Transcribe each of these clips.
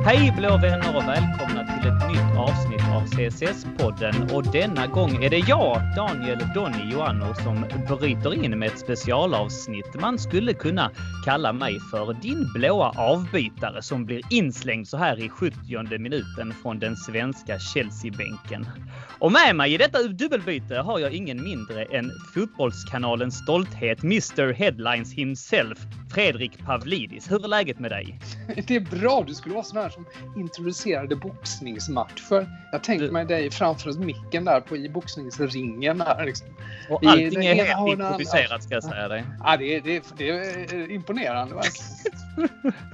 Hej blå vänner och välkomna till ett nytt avsnitt av CSS-podden. Och denna gång är det jag, Daniel Donny Joannou, som bryter in med ett specialavsnitt. Man skulle kunna kalla mig för din blåa avbytare som blir inslängd så här i 70:e minuten från den svenska Chelsea-bänken. Och med mig i detta dubbelbyte har jag ingen mindre än fotbollskanalens stolthet, Mr. Headlines himself, Fredrik Pavlidis. Hur är läget med dig? Det är bra, du skulle vara sån här som introducerade boxningsmatcher. Jag tänker mig dig framför micken där i boxningsringen där liksom. Och allting är helt improviserat, ska jag säga dig. Ja, det är imponerande verkligen.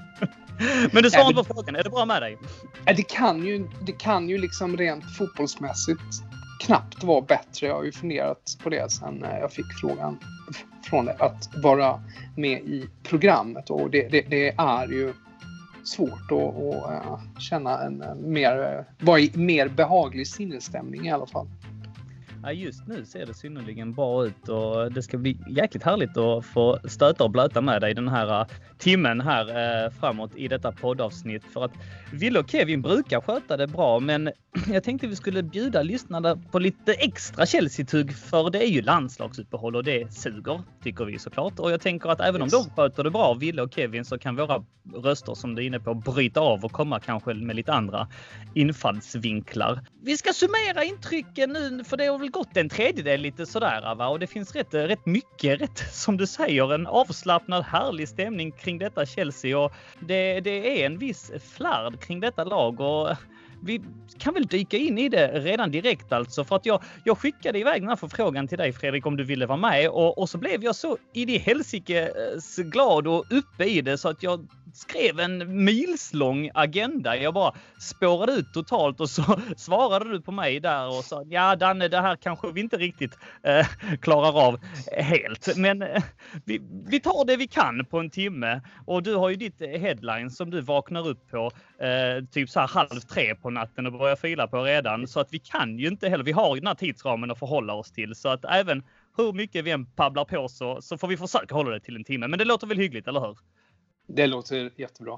Men du svarar inte på frågan, är det bra med dig? Det kan ju liksom rent fotbollsmässigt knappt vara bättre. Jag har ju funderat på det sen jag fick frågan från det, att vara med i programmet, och det är ju svårt att känna vara i mer behaglig sinnesstämning i alla fall. Ja, just nu ser det synnerligen bra ut och det ska bli jäkligt härligt att få stöta och blöta med dig den här timmen här framåt i detta poddavsnitt. För att Ville och Kevin brukar sköta det bra, men jag tänkte vi skulle bjuda lyssnarna på lite extra Chelsea-tugg, för det är ju landslagsuppehåll och det suger, tycker vi såklart. Och jag tänker att även om de sköter det bra, Ville och Kevin, så kan våra röster som du är inne på bryta av och komma kanske med lite andra infallsvinklar. Vi ska summera intrycken nu, för det har väl gått en tredjedel lite sådär, va? Och det finns rätt mycket, som du säger, en avslappnad härlig stämning kring detta Chelsea, och det är en viss flärd kring detta lag, och vi kan väl dyka in i det redan direkt alltså, för att jag skickade iväg den här förfrågan till dig, Fredrik, om du ville vara med, och så blev jag så i det helsikes glad och uppe i det så att jag skrev en milslång agenda. Jag bara spårade ut totalt, och så svarade du på mig där och sa: ja Danne, det här kanske vi inte riktigt klarar av helt, men vi tar det vi kan på en timme. Och du har ju ditt headline som du vaknar upp på typ så här 2:30 på natten och börjar fila på redan, så att vi kan ju inte heller, vi har ju den här tidsramen att förhålla oss till, så att även hur mycket vi än pabblar på så får vi försöka hålla det till en timme. Men det låter väl hyggligt, eller hur? Det låter jättebra.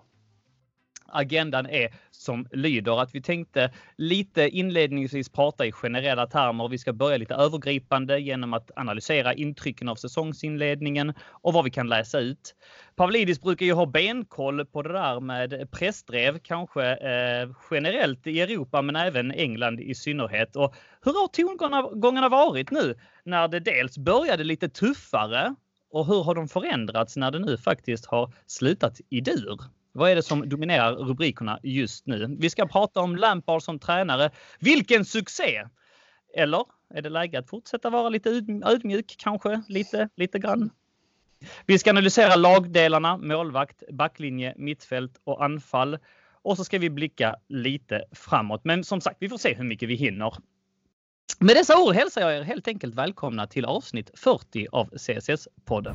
Agendan är som lyder att vi tänkte lite inledningsvis prata i generella termer. Vi ska börja lite övergripande genom att analysera intrycken av säsongsinledningen och vad vi kan läsa ut. Pavlidis brukar ju ha benkoll på det där med pressdrev, kanske generellt i Europa men även England i synnerhet. Och hur har tongångarna varit nu när det dels började lite tuffare, och hur har de förändrats när det nu faktiskt har slutat i dur? Vad är det som dominerar rubrikerna just nu? Vi ska prata om Lampard som tränare. Vilken succé! Eller är det läge att fortsätta vara lite ödmjuk kanske? Lite grann. Vi ska analysera lagdelarna, målvakt, backlinje, mittfält och anfall. Och så ska vi blicka lite framåt. Men som sagt, vi får se hur mycket vi hinner. Med dessa ord hälsar jag er helt enkelt välkomna till avsnitt 40 av CSS-podden.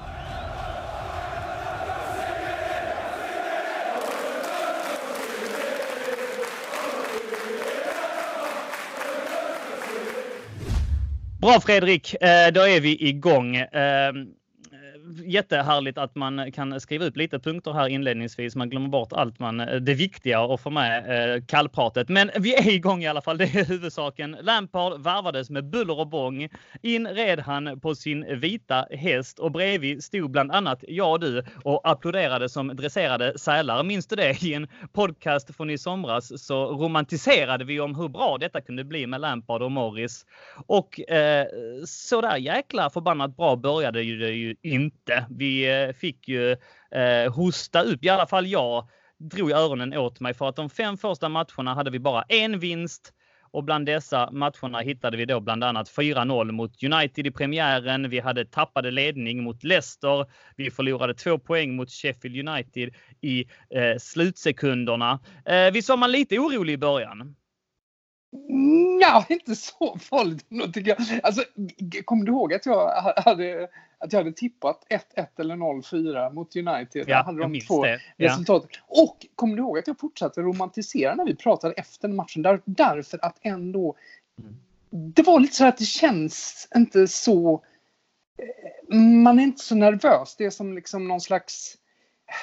Bra Fredrik, då är vi igång. Jättehärligt att man kan skriva upp lite punkter här inledningsvis. Man glömmer bort allt det viktiga och få med kallpratet. Men vi är igång i alla fall, det är huvudsaken. Lampard värvades med buller och bång. In red han på sin vita häst och bredvid stod bland annat jag och du och applåderade som dresserade sälar. Minns du det? I en podcast från i somras så romantiserade vi om hur bra detta kunde bli med Lampard och Morris. Och så där jäkla förbannat bra började det ju inte. Vi fick ju hosta upp, i alla fall jag drog öronen åt mig, för att de 5 första matcherna hade vi bara en vinst, och bland dessa matcherna hittade vi då bland annat 4-0 mot United i premiären. Vi hade tappade ledning mot Leicester. Vi förlorade 2 poäng mot Sheffield United i slutsekunderna. Vi var man lite orolig i början. Ja, inte så farligt tycker jag. Alltså, kommer du ihåg att jag hade tippat 1-1 eller 0-4 mot United? Ja, hade jag minns det. Resultat. Ja. Och kommer du ihåg att jag fortsatte romantisera när vi pratade efter matchen? Därför att ändå det var lite så att det känns inte så, man är inte så nervös. Det är som liksom någon slags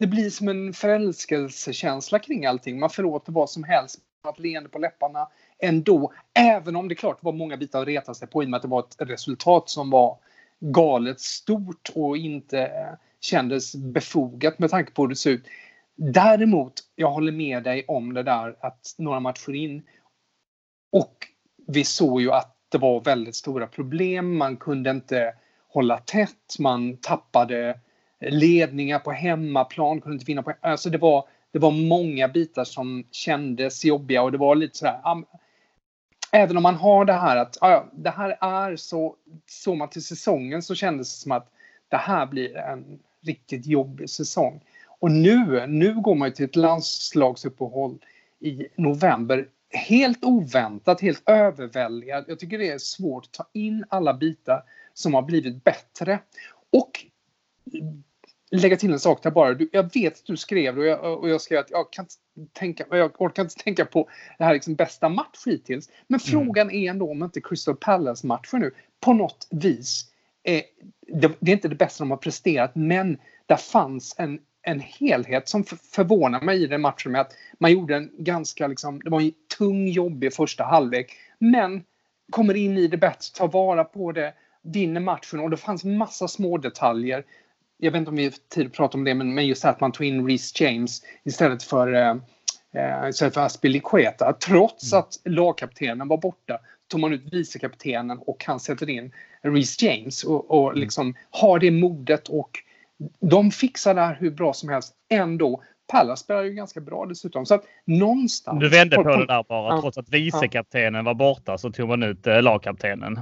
det blir som en förälskelsekänsla kring allting. Man förlåter vad som helst, att leende på läpparna ändå. Även om det klart var många bitar att reta sig på i och med att det var ett resultat som var galet stort och inte kändes befogat med tanke på hur det ser ut. Däremot, jag håller med dig om det där att några matcher in och vi såg ju att det var väldigt stora problem. Man kunde inte hålla tätt. Man tappade ledningar på hemmaplan. Kunde inte vinna på... Alltså det var många bitar som kändes jobbiga. Och det var lite sådär... Även om man har det här att det här är så man till säsongen så kändes det som att det här blir en riktigt jobbig säsong. Och nu går man ju till ett landslagsuppehåll i november. Helt oväntat, helt överväldigad. Jag tycker det är svårt att ta in alla bitar som har blivit bättre. Och lägga till en sak där bara. Jag vet att du skrev och jag skrev att jag orkar inte tänka på det här liksom bästa match hittills. Men frågan är ändå om inte Crystal Palace-matchen nu på något vis det är inte det bästa de har presterat, men där fanns en helhet som förvånar mig i den matchen med att man gjorde en ganska det var en tung jobb i första halvlek, men kommer in i det bättre, tar vara på det, vinner matchen och det fanns massa små detaljer. Jag vet inte om vi har tid att prata om det, men just att man tog in Reece James istället för Azpilicueta. Trots att lagkaptenen var borta tog man ut vicekaptenen och han sätter in Reece James och har det modet och de fixar det här hur bra som helst ändå. Palace spelar ju ganska bra dessutom. Så att någonstans... Du vände på det där bara. Trots att vicekaptenen var borta så tog man ut lagkaptenen.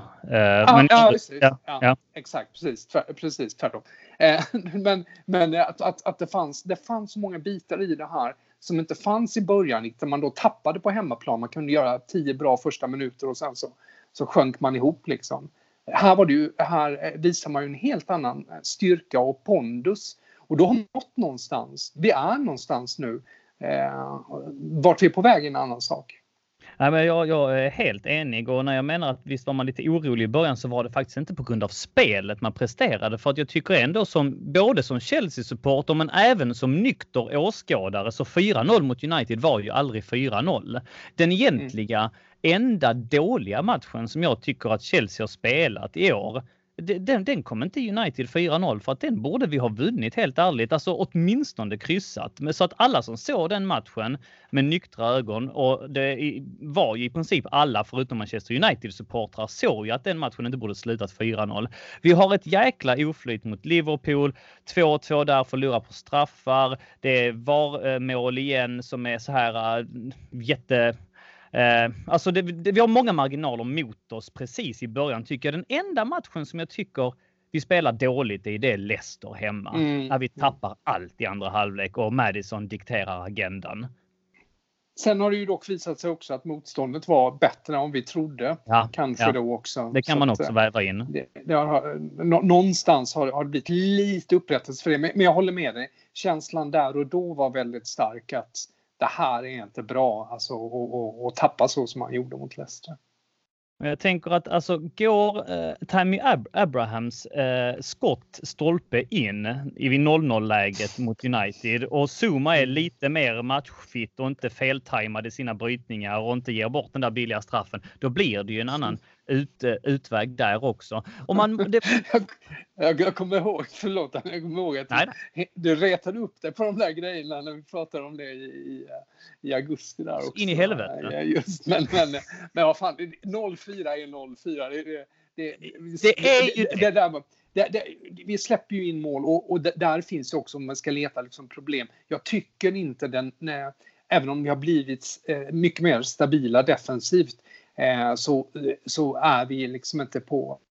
Exakt. Precis tvärtom. Men att det fanns så många bitar i det här som inte fanns i början. Där man då tappade på hemmaplan. Man kunde göra 10 bra första minuter och sen så sjönk man ihop liksom. Här visar man ju en helt annan styrka och pondus. Och då har man nått någonstans. Vi är någonstans nu. Vart vi är på väg är en annan sak. Nej, men jag är helt enig och när jag menar att visst var man lite orolig i början så var det faktiskt inte på grund av spelet man presterade. För att jag tycker ändå både som Chelsea-supporter men även som nykter åskådare så 4-0 mot United var ju aldrig 4-0. Den egentliga enda dåliga matchen som jag tycker att Chelsea har spelat i år, den kom inte United 4-0 för att den borde vi ha vunnit helt ärligt. Alltså åtminstone kryssat. Men så att alla som såg den matchen med nyktra ögon och det var ju i princip alla förutom Manchester United-supportrar såg ju att den matchen inte borde slutat 4-0. Vi har ett jäkla oflyt mot Liverpool. 2-2 där, förlorar på straffar. Det var mål igen som är så här alltså vi har många marginaler mot oss precis i början tycker jag. Den enda matchen som jag tycker vi spelar dåligt i det är Leicester hemma. När vi tappar allt i andra halvlek och Maddison dikterar agendan. Sen har det ju dock visat sig också att motståndet var bättre än vi trodde. Då också. Det kan så man också väva in. Någonstans har det blivit lite upprättelse för det. Men jag håller med dig. Känslan där och då var väldigt stark att det här är inte bra alltså, och tappa så som man gjorde mot Leicester. Jag tänker att alltså går Tammy Abrahams skott stolpe in i 0-0-läget mot United och Zuma är lite mer matchfit och inte feltajmade sina brytningar och inte ger bort den där billiga straffen, då blir det ju en annan utväg där också. Och jag kommer ihåg, jag kommer ihåg att du retade upp det på de där grejerna när vi pratade om det i augusti där också. In i helvete. Ja, just, men vad fan, 0-4 är 0-4. Det är ju det där. Vi släpper ju in mål och där finns ju också, om man ska leta liksom problem. Jag tycker inte även om vi har blivit mycket mer stabila defensivt så är vi liksom inte på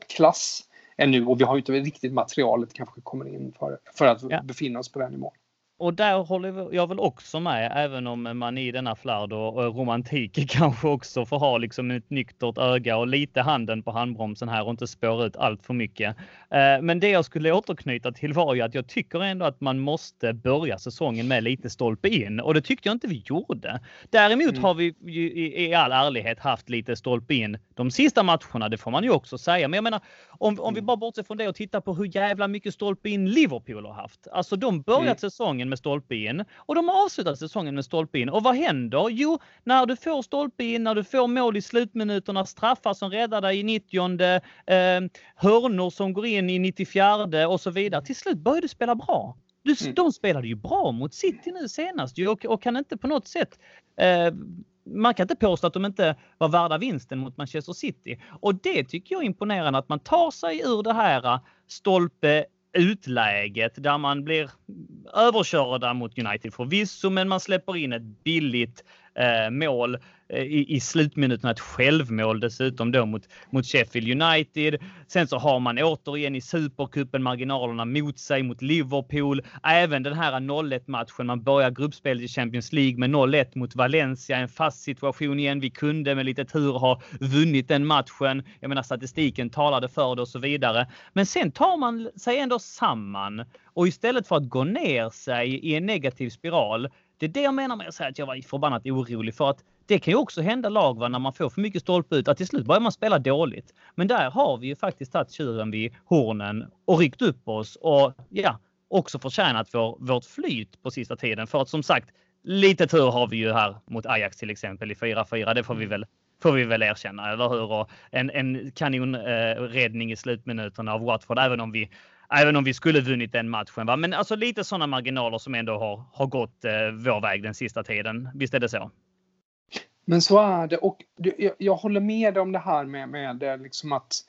toppklass ännu och vi har ju inte riktigt materialet kanske kommer in för att befinna oss på den nivån. Och där håller jag väl också med, även om man i denna flärd och romantik kanske också får ha liksom ett nyktert öga och lite handen på handbromsen här och inte spåra ut allt för mycket. Men det jag skulle återknyta till var ju att jag tycker ändå att man måste börja säsongen med lite stolpe in, och det tyckte jag inte vi gjorde. Däremot har vi ju i all ärlighet haft lite stolpe in de sista matcherna, det får man ju också säga. Men jag menar, om vi bara bortser från det och tittar på hur jävla mycket stolpe in Liverpool har haft. Alltså de börjat säsongen med stolpe in och de har avslutat säsongen med stolpe in. Och vad händer? Jo, när du får stolpe in, när du får mål i slutminuterna, straffar som räddar dig i 90:e, hörnor som går in i 94:e och så vidare. Till slut börjar du spela bra. De spelade ju bra mot City nu senast och kan inte på något sätt... Man kan inte påstå att de inte var värda vinsten mot Manchester City. Och det tycker jag är imponerande, att man tar sig ur det här stolpe utläget där man blir överkörda mot United förvisso, men man släpper in ett billigt mål i slutminuterna, ett självmål dessutom då mot Sheffield United. Sen så har man återigen i Supercupen marginalerna mot sig mot Liverpool. Även den här 0-1 matchen, man börjar gruppspelet i Champions League med 0-1 mot Valencia, en fast situation igen. Vi kunde med lite tur ha vunnit den matchen. Jag menar, statistiken talade för det och så vidare. Men sen tar man sig ändå samman, och istället för att gå ner sig i en negativ spiral, det är det jag menar med att säga att jag var förbannat orolig för, att det kan ju också hända lag när man får för mycket stolpe ut, att till slut börjar man spela dåligt. Men där har vi ju faktiskt tagit tjuren vid hornen och ryckt upp oss och också förtjänat vårt flyt på sista tiden. För att som sagt, lite tur har vi ju här mot Ajax till exempel i 4-4. Det får vi väl erkänna, eller hur? Och en kanonräddning i slutminuterna av Watford, även om vi skulle vunnit den matchen. Va? Men alltså lite sådana marginaler som ändå har gått vår väg den sista tiden. Visst är det så? Men så är det. Och jag håller med om det här med liksom att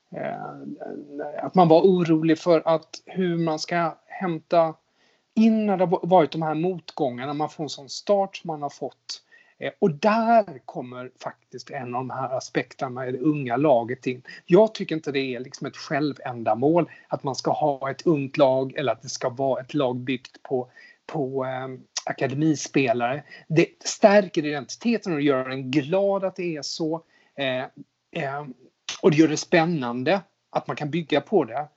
man var orolig för att hur man ska hämta in när det varit de här motgångarna. Man får en sån start som man har fått. Och där kommer faktiskt en av de här aspekterna med det unga laget in. Jag tycker inte det är liksom ett självändamål att man ska ha ett ungt lag eller att det ska vara ett lag byggt på akademispelare. Det stärker identiteten och gör en glad att det är så. Och det gör det spännande att man kan bygga på det.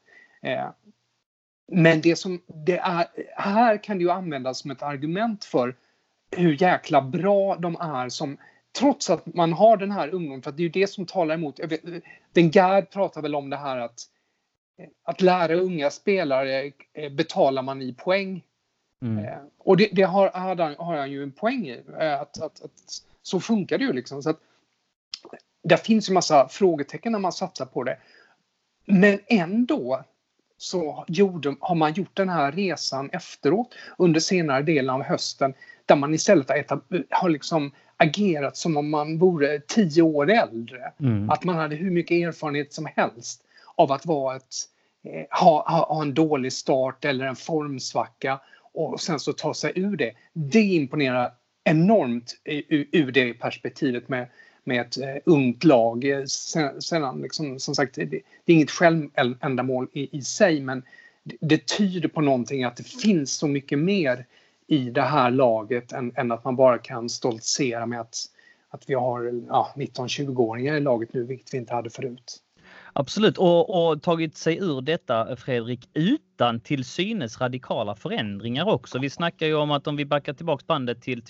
Men här kan det ju användas som ett argument för hur jäkla bra de är, som trots att man har den här ungdomen, för att det är ju det som talar emot. Wenger pratar väl om det här att lära unga spelare betalar man i poäng. Och det har han ju en poäng i, att så funkar det ju liksom. Så att det finns ju massa frågetecken när man satsar på det. Men ändå så har man gjort den här resan efteråt under senare delen av hösten, där man istället har liksom agerat som om man vore 10 år äldre. Att man hade hur mycket erfarenhet som helst av att vara ha en dålig start eller en formsvacka och sen så ta sig ur det. Det imponerar enormt ur det perspektivet med ett ungt lag. Sen liksom, som sagt, det är inget självändamål i sig, men det tyder på någonting, att det finns så mycket mer i det här laget än att man bara kan stoltsera med att vi har 19-20-åringar i laget nu, vilket vi inte hade förut. Absolut, och tagit sig ur detta, Fredrik, utan till synes radikala förändringar också. Vi snackar ju om att om vi backar tillbaka bandet till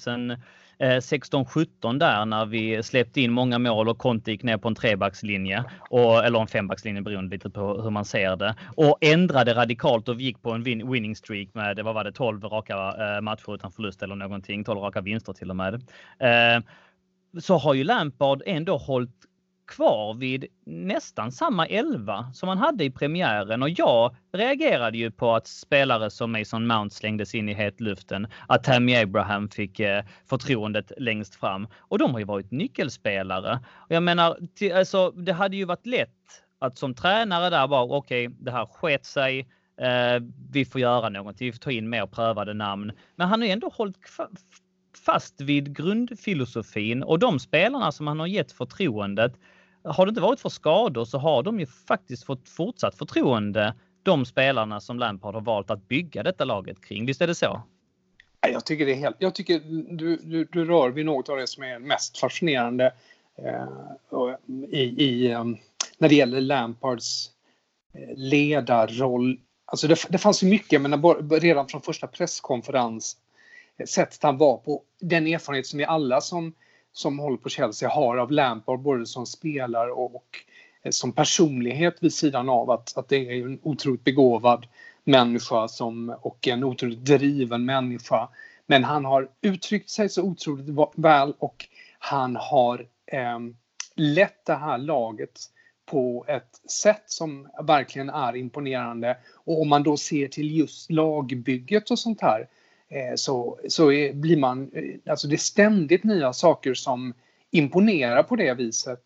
2016-17 där, när vi släppte in många mål och Conte gick ner på en 3-backslinje eller en 5-backslinje, beroende lite på hur man ser det, och ändrade radikalt och vi gick på en winning streak med, vad var det, 12 raka matcher utan förlust eller någonting, 12 raka vinster till och med. Så har ju Lampard ändå hållit kvar vid nästan samma 11 som man hade i premiären, och jag reagerade ju på att spelare som Mason Mount slängdes in i hetluften, att Tammy Abraham fick förtroendet längst fram, och de har ju varit nyckelspelare. Och jag menar, alltså, det hade ju varit lätt att som tränare där bara okej, det här sket sig, vi får göra något, vi får ta in mer prövade namn, men han har ju ändå hållit fast vid grundfilosofin, och de spelarna som han har gett förtroendet, har det inte varit för skador så har de ju faktiskt fått fortsatt förtroende de spelarna som Lampard har valt att bygga detta laget kring. Visst är det så? Jag tycker det är helt... Jag tycker du rör vid något av det som är mest fascinerande när det gäller Lampards ledarroll. Alltså det fanns ju mycket, men redan från första presskonferens sättet han var på, den erfarenhet som vi alla som håller på Chelsea har av Lampard, både som spelare och som personlighet, vid sidan av att det är en otroligt begåvad människa och en otroligt driven människa. Men han har uttryckt sig så otroligt väl, och han har lett det här laget på ett sätt som verkligen är imponerande. Och om man då ser till just lagbygget och sånt här, blir man, alltså det är ständigt nya saker som imponerar på det viset.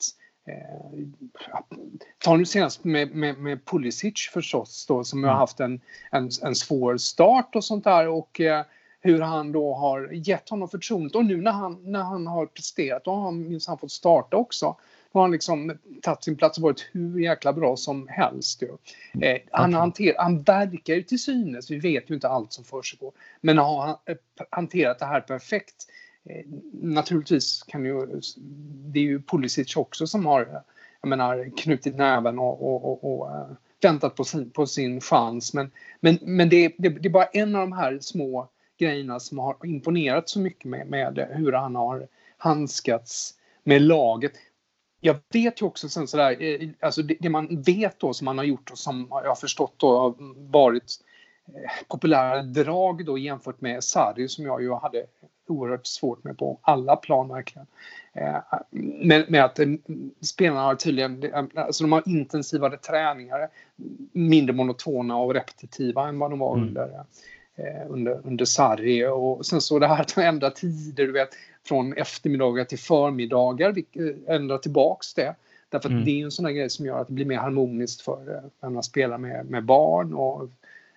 Ta nu senast med Pulisic förstås då, som har haft en svår start och sånt där, och hur han då har gett honom förtroendet, och nu när han har presterat, då har han fått starta också. Då har han liksom tagit sin plats och varit hur jäkla bra som helst. Han verkar ju till synes, vi vet ju inte allt som försiggår, men har hanterat det här perfekt. Naturligtvis det är ju Pulisic också som har, jag menar, knutit näven och väntat på sin chans, men det är bara en av de här små grejerna som har imponerat så mycket med hur han har handskats med laget. Jag vet ju också sen sådär, alltså det man vet då, som man har gjort och som jag har förstått då har varit populära drag då jämfört med Sarri, som jag ju hade oerhört svårt med på alla plan verkligen. Med att spelarna har tydligen, alltså de har intensivare träningar, mindre monotona och repetitiva än vad de var under Sarri, och sen så det här att ändra tider, du vet, från eftermiddagar till förmiddagar, vi ändrar tillbaks det, därför att det är en sån här grej som gör att det blir mer harmoniskt för när man spelar med barn, och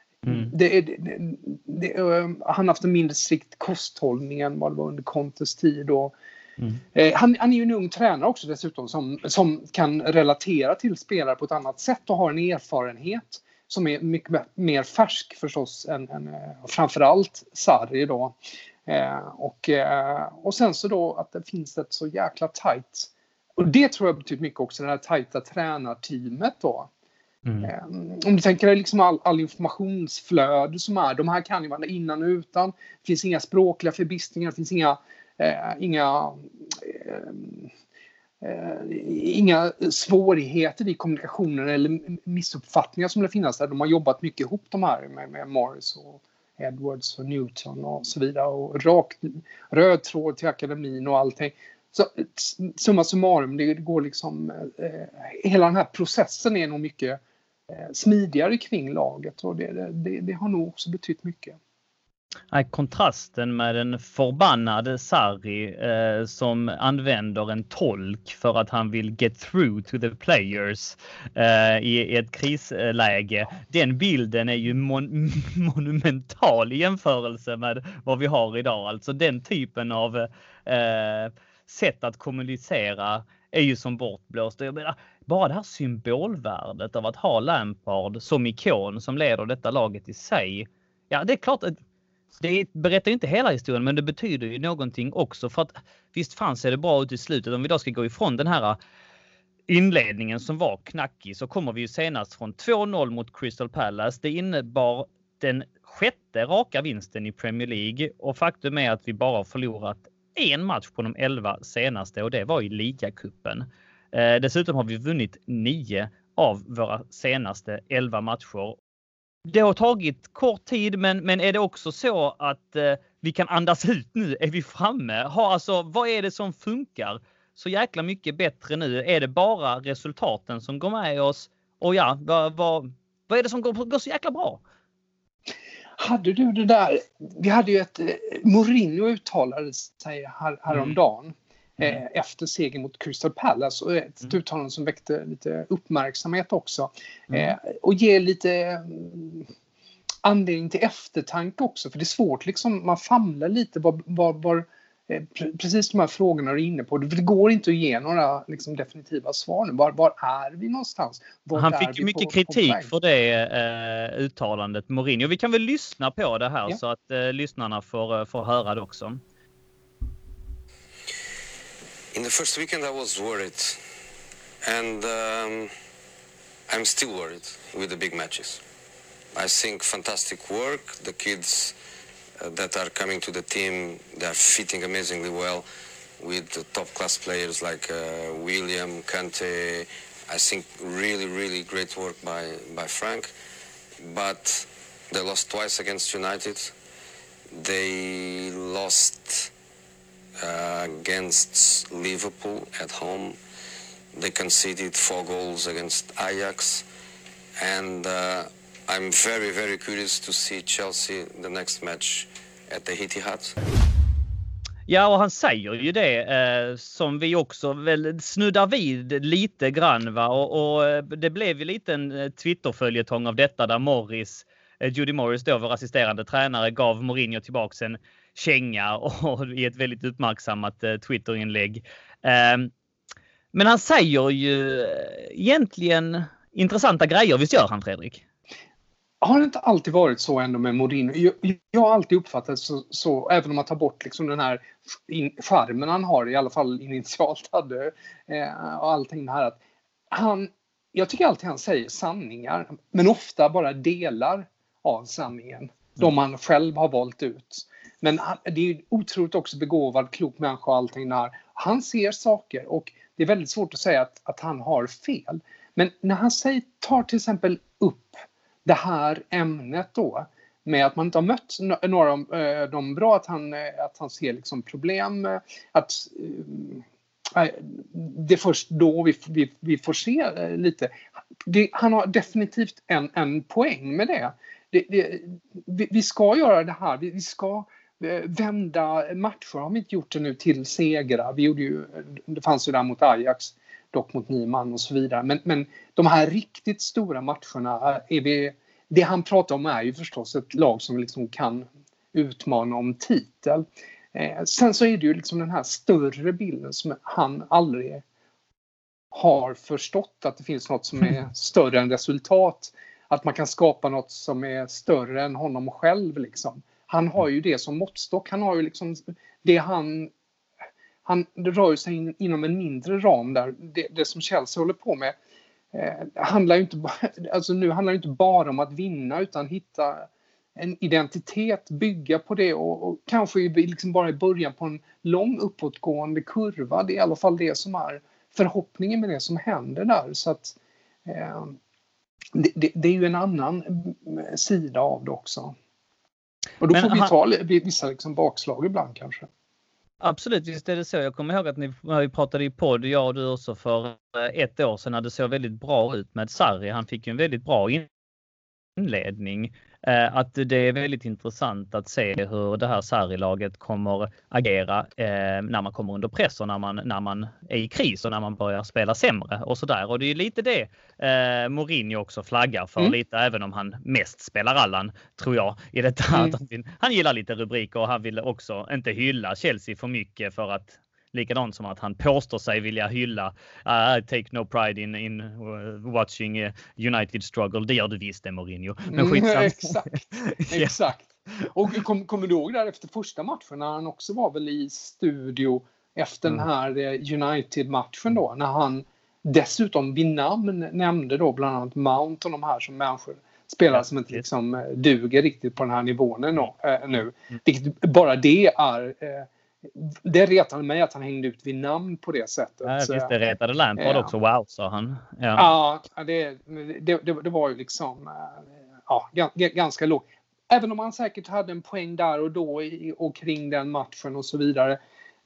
han har haft en mindre strikt kosthållning än vad det var under Contes tid, och han är ju en ung tränare också dessutom, som kan relatera till spelare på ett annat sätt och har en erfarenhet som är mycket mer färsk förstås än framförallt Sarri då. Och sen så då att det finns ett så jäkla tajt, och det tror jag betyder mycket också, det här tajta tränarteamet då. Om du tänker dig liksom all informationsflöde som är, de här kan ju vara innan och utan, det finns inga språkliga förbistringar, det finns inga svårigheter i kommunikationen eller missuppfattningar som det finns där. De har jobbat mycket ihop de här med Morris och Edwards och Newton och så vidare, och röd tråd till akademin och allting. Så summa summarum, det går liksom hela den här processen är nog mycket smidigare kring laget, och det har nog också betytt mycket. Kontrasten med den förbannade Sarri som använder en tolk för att han vill get through to the players i ett krisläge. Den bilden är ju monumental i jämförelse med vad vi har idag. Alltså den typen av sätt att kommunicera är ju som bortblåst. Jag menar, bara det här symbolvärdet av att ha Lampard som ikon som leder detta laget i sig. Ja, det är klart att det berättar inte hela historien, men det betyder ju någonting också, för att visst fanns det bra ut i slutet. Om vi då ska gå ifrån den här inledningen som var knackig, så kommer vi ju senast från 2-0 mot Crystal Palace. Det innebar den 6:e raka vinsten i Premier League, och faktum är att vi bara har förlorat en match på de 11 senaste, och det var i ligacupen. Dessutom har vi vunnit 9 av våra senaste 11 matcher. Det har tagit kort tid, men är det också så att vi kan andas ut nu? Är vi framme? Vad är det som funkar så jäkla mycket bättre nu? Är det bara resultaten som går med oss? Och ja, vad är det som går så jäkla bra? Hade du det där? Vi hade ju Mourinho uttalade sig häromdagen efter segern mot Crystal Palace, och ett uttalande som väckte lite uppmärksamhet också, och ger lite anledning till eftertanke också, för det är svårt liksom, man famlar lite var precis de här frågorna du är inne på. Det går inte att ge några liksom, definitiva svar nu. Var är vi någonstans? Han fick ju mycket kritik för det uttalandet, Mourinho. Vi kan väl lyssna på det här så att lyssnarna får höra det också. In the first weekend I was worried. And I'm still worried with the big matches. I think fantastic work. The kids that are coming to the team, they are fitting amazingly well with the top class players like William, Kante. I think really great work by Frank. But they lost twice against United. They lost against Liverpool at home. They conceded 4 goals against Ajax. And I'm very curious to see Chelsea the next match at the Etihad. Ja, och han säger ju det som vi också väl snuddar vid lite grann, va? Och det blev ju lite en Twitter-följetong av detta där Jody Morris då, vår assisterande tränare, gav Mourinho tillbaks en känga och i ett väldigt uppmärksammat Twitter-inlägg. Men han säger ju egentligen intressanta grejer, visst gör han, Fredrik? Har det inte alltid varit så ändå med Mourinho? Jag har alltid uppfattat så även om man tar bort liksom den här charmen han har, i alla fall initialt hade, och allting det här, att jag tycker alltid han säger sanningar, men ofta bara delar av sanningen, de han själv har valt ut. Men det är ju otroligt också begåvad, klok människa och allting där. Han ser saker och det är väldigt svårt att säga att han har fel. Men när han tar till exempel upp det här ämnet då, med att man inte har mött några av dem bra, att han ser liksom problem, att det är först då vi får se lite. Han har definitivt en poäng med det. Vi ska göra det här, vi ska vända matcher, har vi inte gjort det nu, till segrar. Det fanns ju där mot Ajax, dock mot Nyman och så vidare. Men de här riktigt stora matcherna, det han pratar om är ju förstås ett lag som liksom kan utmana om titel. Sen så är det ju liksom den här större bilden som han aldrig har förstått, att det finns något som är större än resultat. Att man kan skapa något som är större än honom själv liksom. Han har ju det som måttstock. Han har ju liksom det han rör sig inom en mindre ram där. Det som Chelsea håller på med handlar ju inte bara om att vinna, utan hitta en identitet, bygga på det och kanske liksom bara i början på en lång uppåtgående kurva. Det är i alla fall det som är förhoppningen med det som händer där. Så att det är ju en annan sida av det också. Och då får vi ta vissa liksom bakslag ibland kanske. Absolut, visst är det så. Jag kommer ihåg att när vi pratade i podd, jag och du också, för 1 år sedan, när det såg väldigt bra ut med Sarri. Han fick ju en väldigt bra inledning. Att det är väldigt intressant att se hur det här Sarri-laget kommer agera när man kommer under press och när man är i kris och när man börjar spela sämre och sådär. Och det är ju lite det Mourinho också flaggar för lite, även om han mest spelar Allan, tror jag, i detta. Han gillar lite rubriker och han vill också inte hylla Chelsea för mycket, för att likadant som att han påstår sig vilja hylla I take no pride in watching United struggle. Det gör du visst det, Mourinho. Men Exakt. Och kommer du ihåg där efter första matchen, när han också var väl i studio efter den här United-matchen då, när han dessutom vid namn nämnde då bland annat Mount och de här som människor spelare som inte liksom duger riktigt på den här nivån nu. Vilket bara det är... Det retade mig att han hängde ut vid namn på det sättet. Ja, visst, det retade Lampard också. Wow, sa han. Ja, det var ju liksom ganska lågt. Även om han säkert hade en poäng där och då och kring den matchen och så vidare.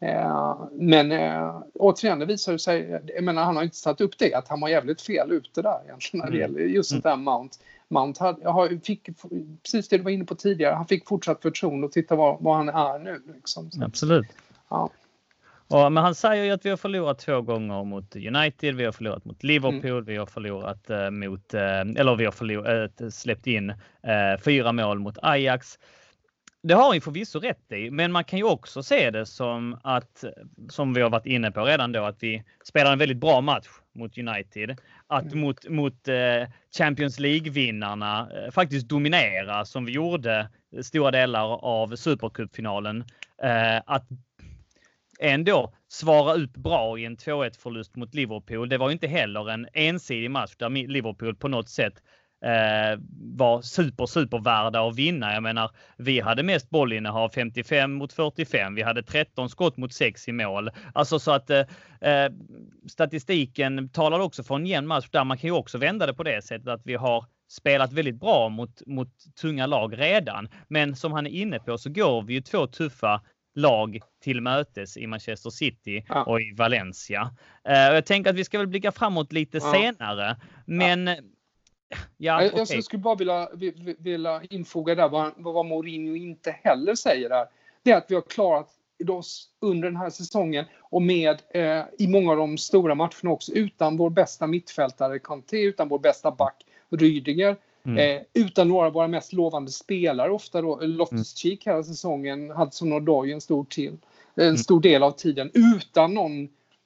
Men återigen, det visar sig, jag menar, han har inte satt upp det, att han var jävligt fel ute där egentligen när det gäller just det där Mount. Mount fick precis det du var inne på tidigare. Han fick fortsatt förtroende och titta vad han är nu. Liksom. Absolut. Ja. Men han säger ju att vi har förlorat 2 gånger mot United, vi har förlorat mot Liverpool, vi har förlorat vi har släppt in 4 mål mot Ajax. Det har ju förvisso rätt i, men man kan ju också se det som att, som vi har varit inne på redan då, att vi spelar en väldigt bra match mot United. Att mot Champions League-vinnarna faktiskt dominera som vi gjorde stora delar av Supercup-finalen. Att ändå svara ut bra i en 2-1-förlust mot Liverpool. Det var ju inte heller en ensidig match där Liverpool på något sätt var supervärda att vinna. Jag menar, vi hade mest bollinnehav 55 mot 45. Vi hade 13 skott mot 6 i mål. Alltså så att statistiken talar också för en jämn match där. Man kan ju också vända det på det sättet att vi har spelat väldigt bra mot tunga lag redan. Men som han är inne på så går vi ju 2 tuffa lag till mötes i Manchester City och i Valencia. Jag tänker att vi ska väl blicka framåt lite senare. Men jag skulle bara vilja infoga där vad Mourinho inte heller säger där. Det är att vi har klarat oss under den här säsongen och med i många av de stora matcherna också utan vår bästa mittfältare Kanté, utan vår bästa back Rüdiger, utan några av våra mest lovande spelare. Ofta då Loftus-Cheek hela säsongen hade som Nordoy en stor del av tiden utan någon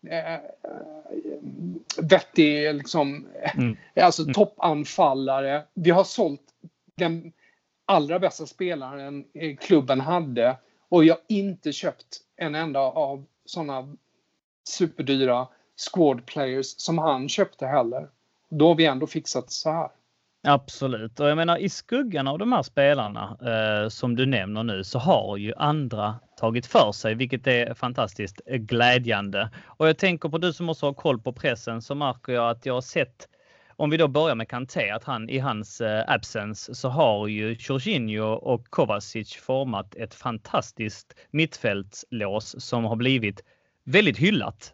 vettig liksom, alltså toppanfallare. Vi har sålt den allra bästa spelaren klubben hade och jag har inte köpt en enda av sådana superdyra squad players som han köpte heller. Då har vi ändå fixat så här. Absolut. Och jag menar, i skuggan av de här spelarna som du nämner nu så har ju andra tagit för sig, vilket är fantastiskt glädjande. Och jag tänker på du som också har koll på pressen, så märker jag att jag har sett, om vi då börjar med Kanté, att han i hans absence så har ju Jorginho och Kovacic format ett fantastiskt mittfältslås som har blivit väldigt hyllat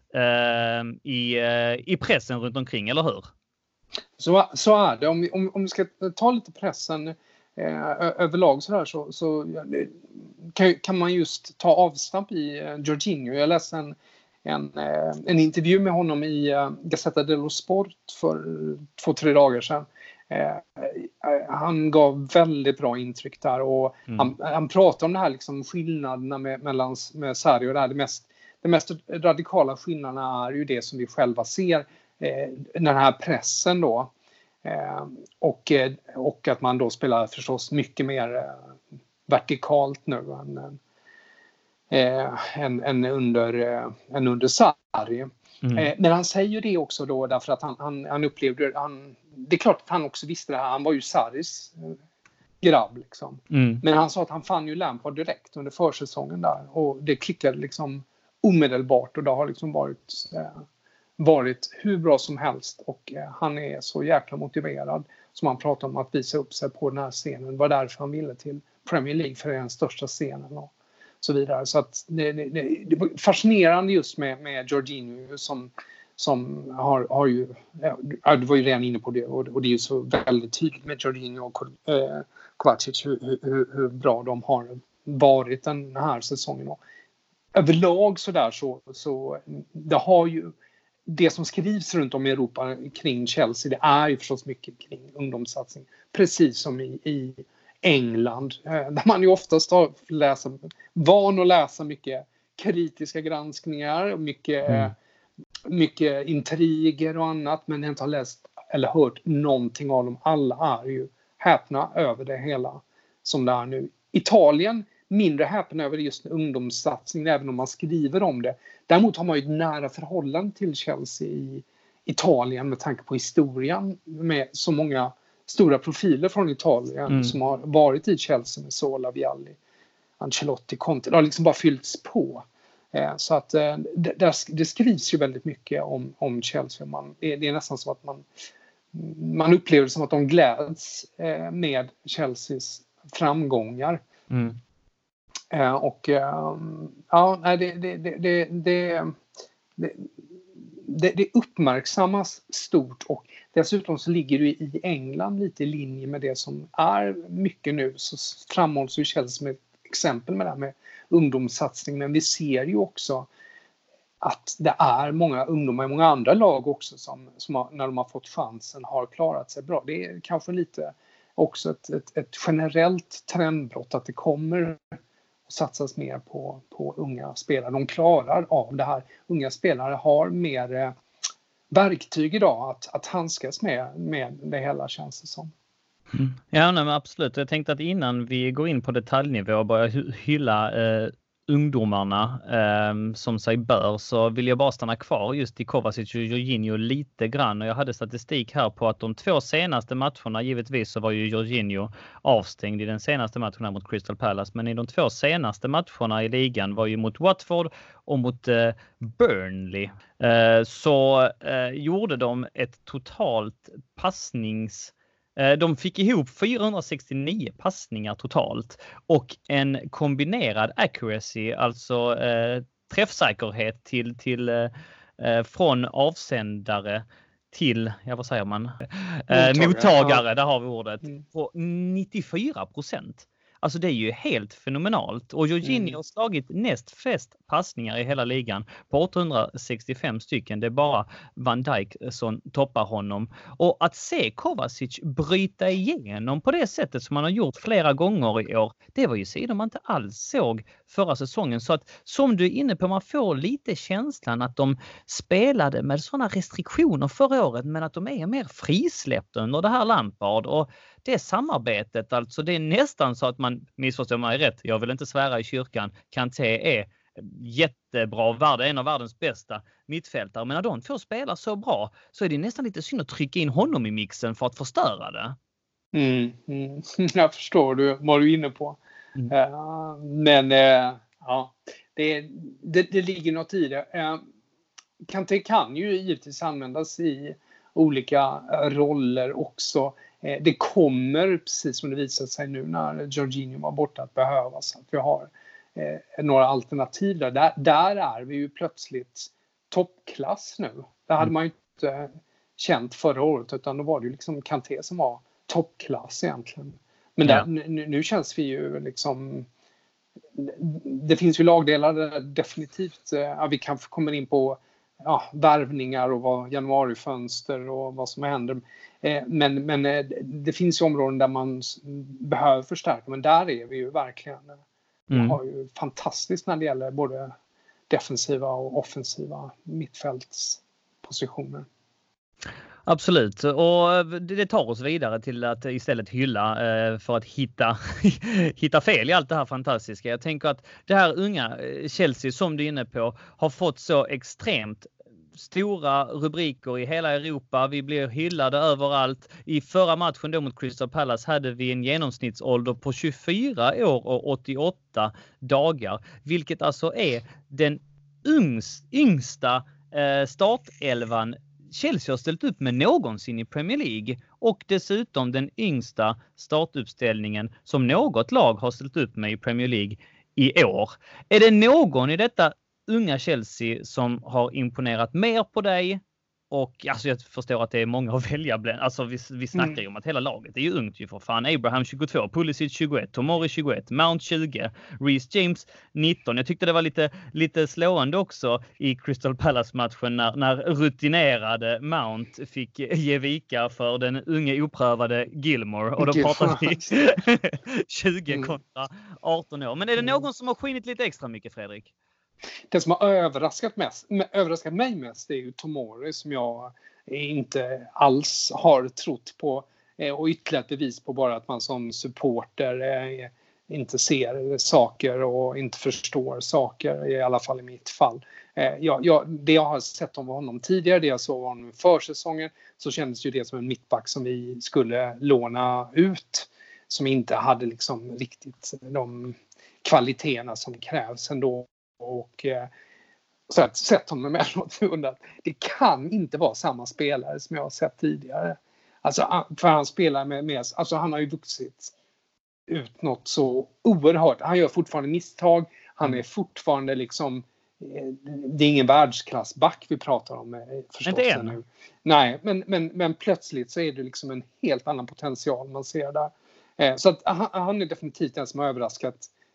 i pressen runt omkring, eller hur? Så är det. Om vi ska ta lite pressen överlag så kan man just ta avstamp i Jorginho. Jag läste en intervju med honom i Gazzetta dello Sport för 2-3 dagar sedan. Han gav väldigt bra intryck där och han pratade om det här liksom skillnaderna med Sarri och det här. Det mest radikala skillnaderna är ju det som vi själva ser, den här pressen då och att man då spelar förstås mycket mer vertikalt nu än under Sarri. Men han säger det också då därför att han upplevde det är klart att han också visste det här. Han var ju Sarris grabb liksom. Men han sa att han fann ju Lampard direkt under försäsongen där och det klickade liksom omedelbart och det har liksom varit hur bra som helst och han är så jäkla motiverad som han pratar om att visa upp sig på den här scenen. Det var därför han ville till Premier League, för den största scenen och så vidare. Så att det var fascinerande just med Jorginho som har ju, du var ju redan inne på det och det är ju så väldigt tydligt med Jorginho och Kovacic hur bra de har varit den här säsongen. Och överlag så det har ju det som skrivs runt om i Europa kring Chelsea, det är ju förstås mycket kring ungdomssatsning. Precis som i England, där man ju oftast har van att läsa mycket kritiska granskningar, mycket intriger och annat, men inte har läst eller hört någonting av dem. Alla är ju häpna över det hela som det är nu. Italien, mindre häpna över just ungdomssatsning, även om man skriver om det. Däremot har man ju ett nära förhållande till Chelsea i Italien med tanke på historien med så många stora profiler från Italien som har varit i Chelsea med Zola, Vialli, Ancelotti, Conte. Det har liksom bara fyllts på. Så att det skrivs ju väldigt mycket om Chelsea. Det är nästan som att man upplever det som att de gläds med Chelseas framgångar. Och det uppmärksammas stort och dessutom så ligger det i England lite i linje med det som är mycket nu, så framhålls ju Chelsea som ett exempel med det här med ungdomssatsning, men vi ser ju också att det är många ungdomar i många andra lag också som har, när de har fått chansen har klarat sig bra. Det är kanske lite också ett generellt trendbrott att det kommer att satsas mer på unga spelare. De klarar av det här. Unga spelare har mer verktyg idag att handskas med det hela, känns det som. Ja, men absolut. Jag tänkte att innan vi går in på detaljnivå och börjar hylla ungdomarna som sig bör, så vill jag bara stanna kvar just i Kovacic och Jorginho lite grann. Och jag hade statistik här på att de 2 senaste matcherna, givetvis så var ju Jorginho avstängd i den senaste matchen här mot Crystal Palace, men i de 2 senaste matcherna i ligan var ju mot Watford och mot Burnley. Så gjorde de ett totalt de fick ihop 469 passningar totalt och en kombinerad accuracy, alltså träffsäkerhet till från avsändare till, vad säger man? Mottagare, där har vi ordet, på 94%. Alltså det är ju helt fenomenalt. Och Jorginho har slagit näst flest passningar i hela ligan på 865 stycken. Det är bara Van Dijk som toppar honom. Och att se Kovacic bryta igenom på det sättet som man har gjort flera gånger i år, det var ju sidor man inte alls såg förra säsongen. Så att, som du är inne på, man får lite känslan att de spelade med sådana restriktioner förra året, men att de är mer frisläppta under det här Lampard. Och det samarbetet, alltså det är nästan så att man, missförstår mig rätt, jag vill inte svära i kyrkan, Kanté är jättebra, en av världens bästa mittfältare, men när de 2 spelar så bra så är det nästan lite synd att trycka in honom i mixen för att förstöra det. Jag förstår vad du är inne på. Men ja, det ligger något i det. Kanté kan ju givetvis användas i olika roller också. Det kommer, precis som det visat sig nu när Jorginho var borta, att behövas att vi har några alternativ där är vi ju plötsligt toppklass nu. Det hade man ju inte känt förra året, utan då var det ju liksom Kanté som var toppklass egentligen. Men nu känns vi ju liksom, det finns ju lagdelar där definitivt vi kanske kommer in på värvningar och vad januarifönster och vad som händer. Men det finns ju områden där man behöver förstärka, men där är vi ju verkligen. Vi har ju fantastiskt när det gäller både defensiva och offensiva mittfältspositioner. Absolut, och det tar oss vidare till att istället hylla för att hitta fel i allt det här fantastiska. Jag tänker att det här unga Chelsea, som du är inne på, har fått så extremt stora rubriker i hela Europa. Vi blir hyllade överallt. I förra matchen då mot Crystal Palace hade vi en genomsnittsålder på 24 år och 88 dagar, vilket alltså är den yngsta startelvan Chelsea har ställt upp med någonsin i Premier League, och dessutom den yngsta startuppställningen som något lag har ställt upp med i Premier League i år. Är det någon i detta unga Chelsea som har imponerat mer på dig? Och alltså jag förstår att det är många att välja bland. Alltså vi snackar ju om att hela laget är ju ungt ju för fan. Abraham 22, Pulisic 21, Tomori 21, Mount 20, Reece James 19. Jag tyckte det var lite slående också i Crystal Palace-matchen när rutinerade Mount fick ge vika för den unge oprövade Gilmore. Och då pratar vi 20 kontra 18 år. Men är det någon som har skinit lite extra mycket, Fredrik? Det som har överraskat mig mest är ju Tomori, som jag inte alls har trott på, och ytterligare ett bevis på bara att man som supporter inte ser saker och inte förstår saker, i alla fall i mitt fall. Det jag har sett om honom tidigare, det jag såg honom i försäsongen, så kändes ju det som en mittback som vi skulle låna ut, som inte hade liksom riktigt de kvaliteterna som krävs ändå. Och så att sett honom med något, det kan inte vara samma spelare som jag har sett tidigare. Alltså, för han spelar med alltså han har ju vuxit ut något så oerhört. Han gör fortfarande misstag. Han är fortfarande liksom, det är ingen världsklassback vi pratar om förstås nu. Nej, men plötsligt så är det liksom en helt annan potential man ser där. Så att han är definitivt den som har överraskat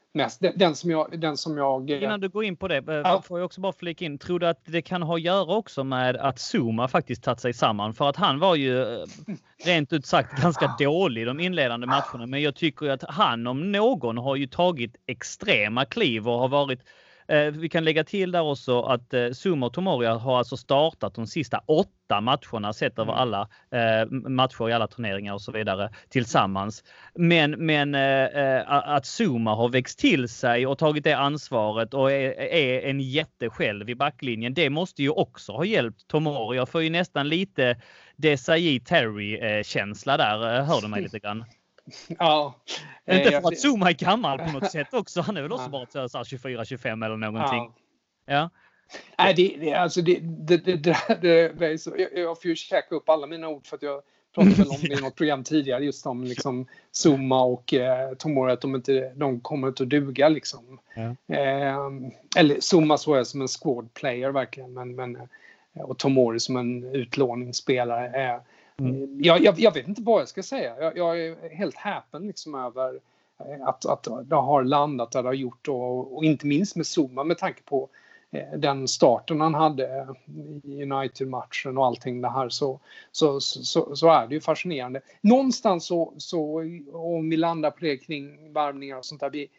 mest. Den som jag... Innan du går in på det, får jag också bara flika in. Tror du att det kan ha att göra också med att Zuma faktiskt tagit sig samman? För att han var ju rent ut sagt ganska dålig de inledande matcherna. Men jag tycker att han om någon har ju tagit extrema kliv och har varit... Vi kan lägga till där också att Zuma och Tomori har alltså startat de sista 8 matcherna sett över alla matcher i alla turneringar och så vidare tillsammans. Men att Zuma har växt till sig och tagit det ansvaret och är en jätte själv i backlinjen. Det måste ju också ha hjälpt Tomori. Jag får ju nästan lite Desai Terry-känsla där. Hör du mig lite grann? Ja. Inte för att Zuma är gammal på något sätt också. Han är väl också bara 24-25 eller någonting. Ja. Nej, det är så. Jag får ju käka upp alla mina ord för att jag pratade väl om det i något program tidigare just om liksom Zuma och Tomori att de kommer inte att duga liksom. Ja. Eller Zuma så är som en squad player verkligen men och Tomori som en utlåningsspelare. Jag vet inte vad jag ska säga. Jag är helt häpen liksom över att det har landat där det har gjort och inte minst med Zuma med tanke på den starten han hade i United-matchen och allting det här så är det ju fascinerande. Någonstans så om vi landar på det kring varvningar och sånt där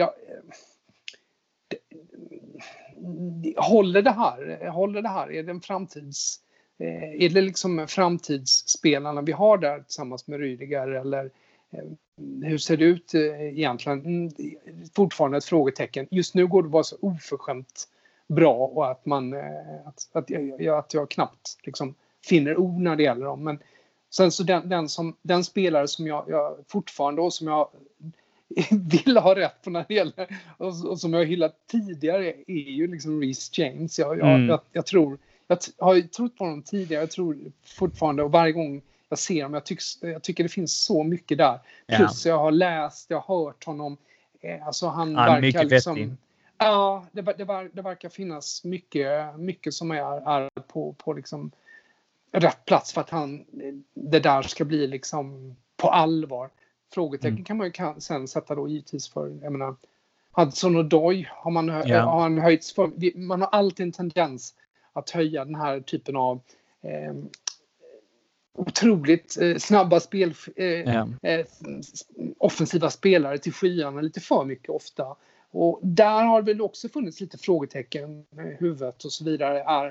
håller det här är det en är det liksom framtidsspelarna vi har där tillsammans med Rüdiger eller hur ser det ut egentligen? Fortfarande ett frågetecken. Just nu går det bara så oförskämt bra och att jag knappt liksom finner ord när det gäller dem. Men sen så den spelare som jag fortfarande och som jag vill ha rätt på när det gäller och som jag har hyllat tidigare är ju liksom Reece James. Jag har ju trott på honom tidigare. Jag tror fortfarande och varje gång jag ser honom, jag tycker det finns så mycket där. Plus jag har läst, jag har hört honom. Alltså han verkar liksom... Ja, det verkar finnas mycket som är på liksom rätt plats för att det där ska bli liksom på allvar. Frågetecken kan man ju sen sätta då givetvis för, jag menar, Hudson och Doy har han höjts för. Man har alltid en tendens att höja den här typen av otroligt snabba offensiva spelare till skyarna lite för mycket ofta. Och där har väl också funnits lite frågetecken med huvudet och så vidare.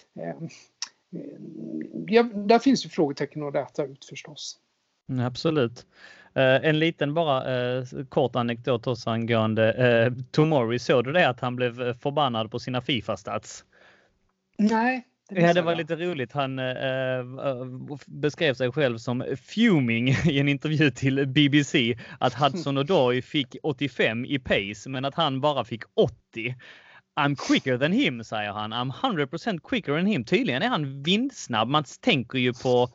Där finns ju frågetecken att räta ut förstås. Absolut. En liten kort anekdot också angående Tomori. Såg du det att han blev förbannad på sina FIFA-stats? Nej. Det var lite roligt. Han beskrev sig själv som fuming i en intervju till BBC att Hudson Odoi fick 85 i pace men att han bara fick 80. I'm quicker than him, säger han. I'm 100% quicker than him. Tydligen är han vindsnabb. Man tänker ju på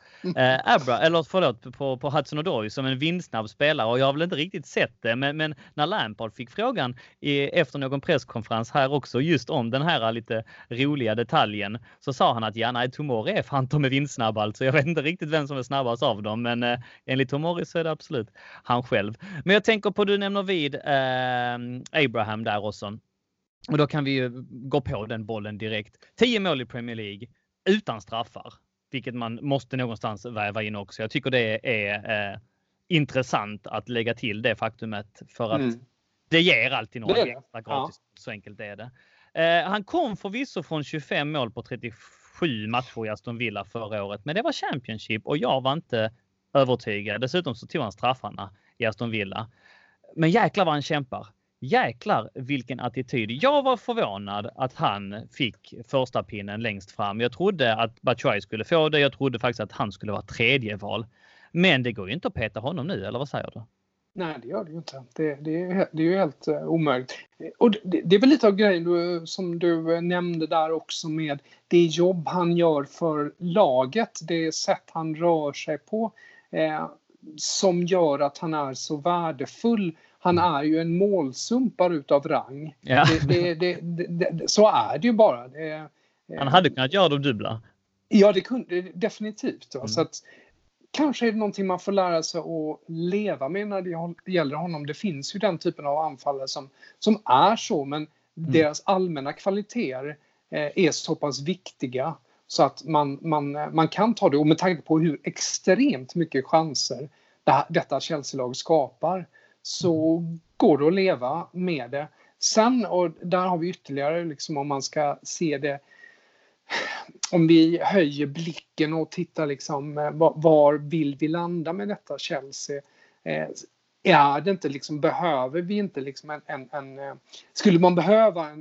på Hudson Odoi som en vindsnabb spelare och jag har väl inte riktigt sett det. Men när Lampard fick frågan efter någon presskonferens här också just om den här lite roliga detaljen så sa han att Tomori är fan med vindsnabb alltså. Jag vet inte riktigt vem som är snabbast av dem men enligt Tomori så är det absolut han själv. Men jag tänker på, du nämner vid Abraham där också. Och då kan vi ju gå på den bollen direkt. 10 mål i Premier League utan straffar. Vilket man måste någonstans väva in också. Jag tycker det är intressant att lägga till det faktumet. För att det ger alltid något extra gratis. Ja. Så enkelt är det. Han kom förvisso från 25 mål på 37 matcher i Aston Villa förra året. Men det var Championship och jag var inte övertygad. Dessutom så tog han straffarna i Aston Villa. Men jäklar vad han kämpar. Jäklar vilken attityd. Jag var förvånad att han fick första pinnen längst fram. Jag trodde att Batshuayi skulle få det. Jag trodde faktiskt att han skulle vara tredje val. Men det går ju inte att peta honom nu, eller vad säger du? Nej, det gör det ju inte. Det är ju helt omöjligt. Och det är väl lite av grejen som du nämnde där också med det jobb han gör för laget. Det sätt han rör sig på som gör att han är så värdefull. Han är ju en målsumpare utav rang. Ja. Så är det ju bara. Han hade kunnat göra de dubbla. Ja, det kunde definitivt. Så att kanske är det någonting man får lära sig att leva med när det gäller honom. Det finns ju den typen av anfallare som är så, men deras allmänna kvaliteter är så pass viktiga så att man kan ta det. Och med tanke på hur extremt mycket chanser detta Chelsea-lag skapar, så går det att leva med det. Sen, och där har vi ytterligare liksom, om man ska se det, om vi höjer blicken och tittar liksom, var vill vi landa med detta Chelsea? Är det inte liksom, behöver vi inte liksom skulle man behöva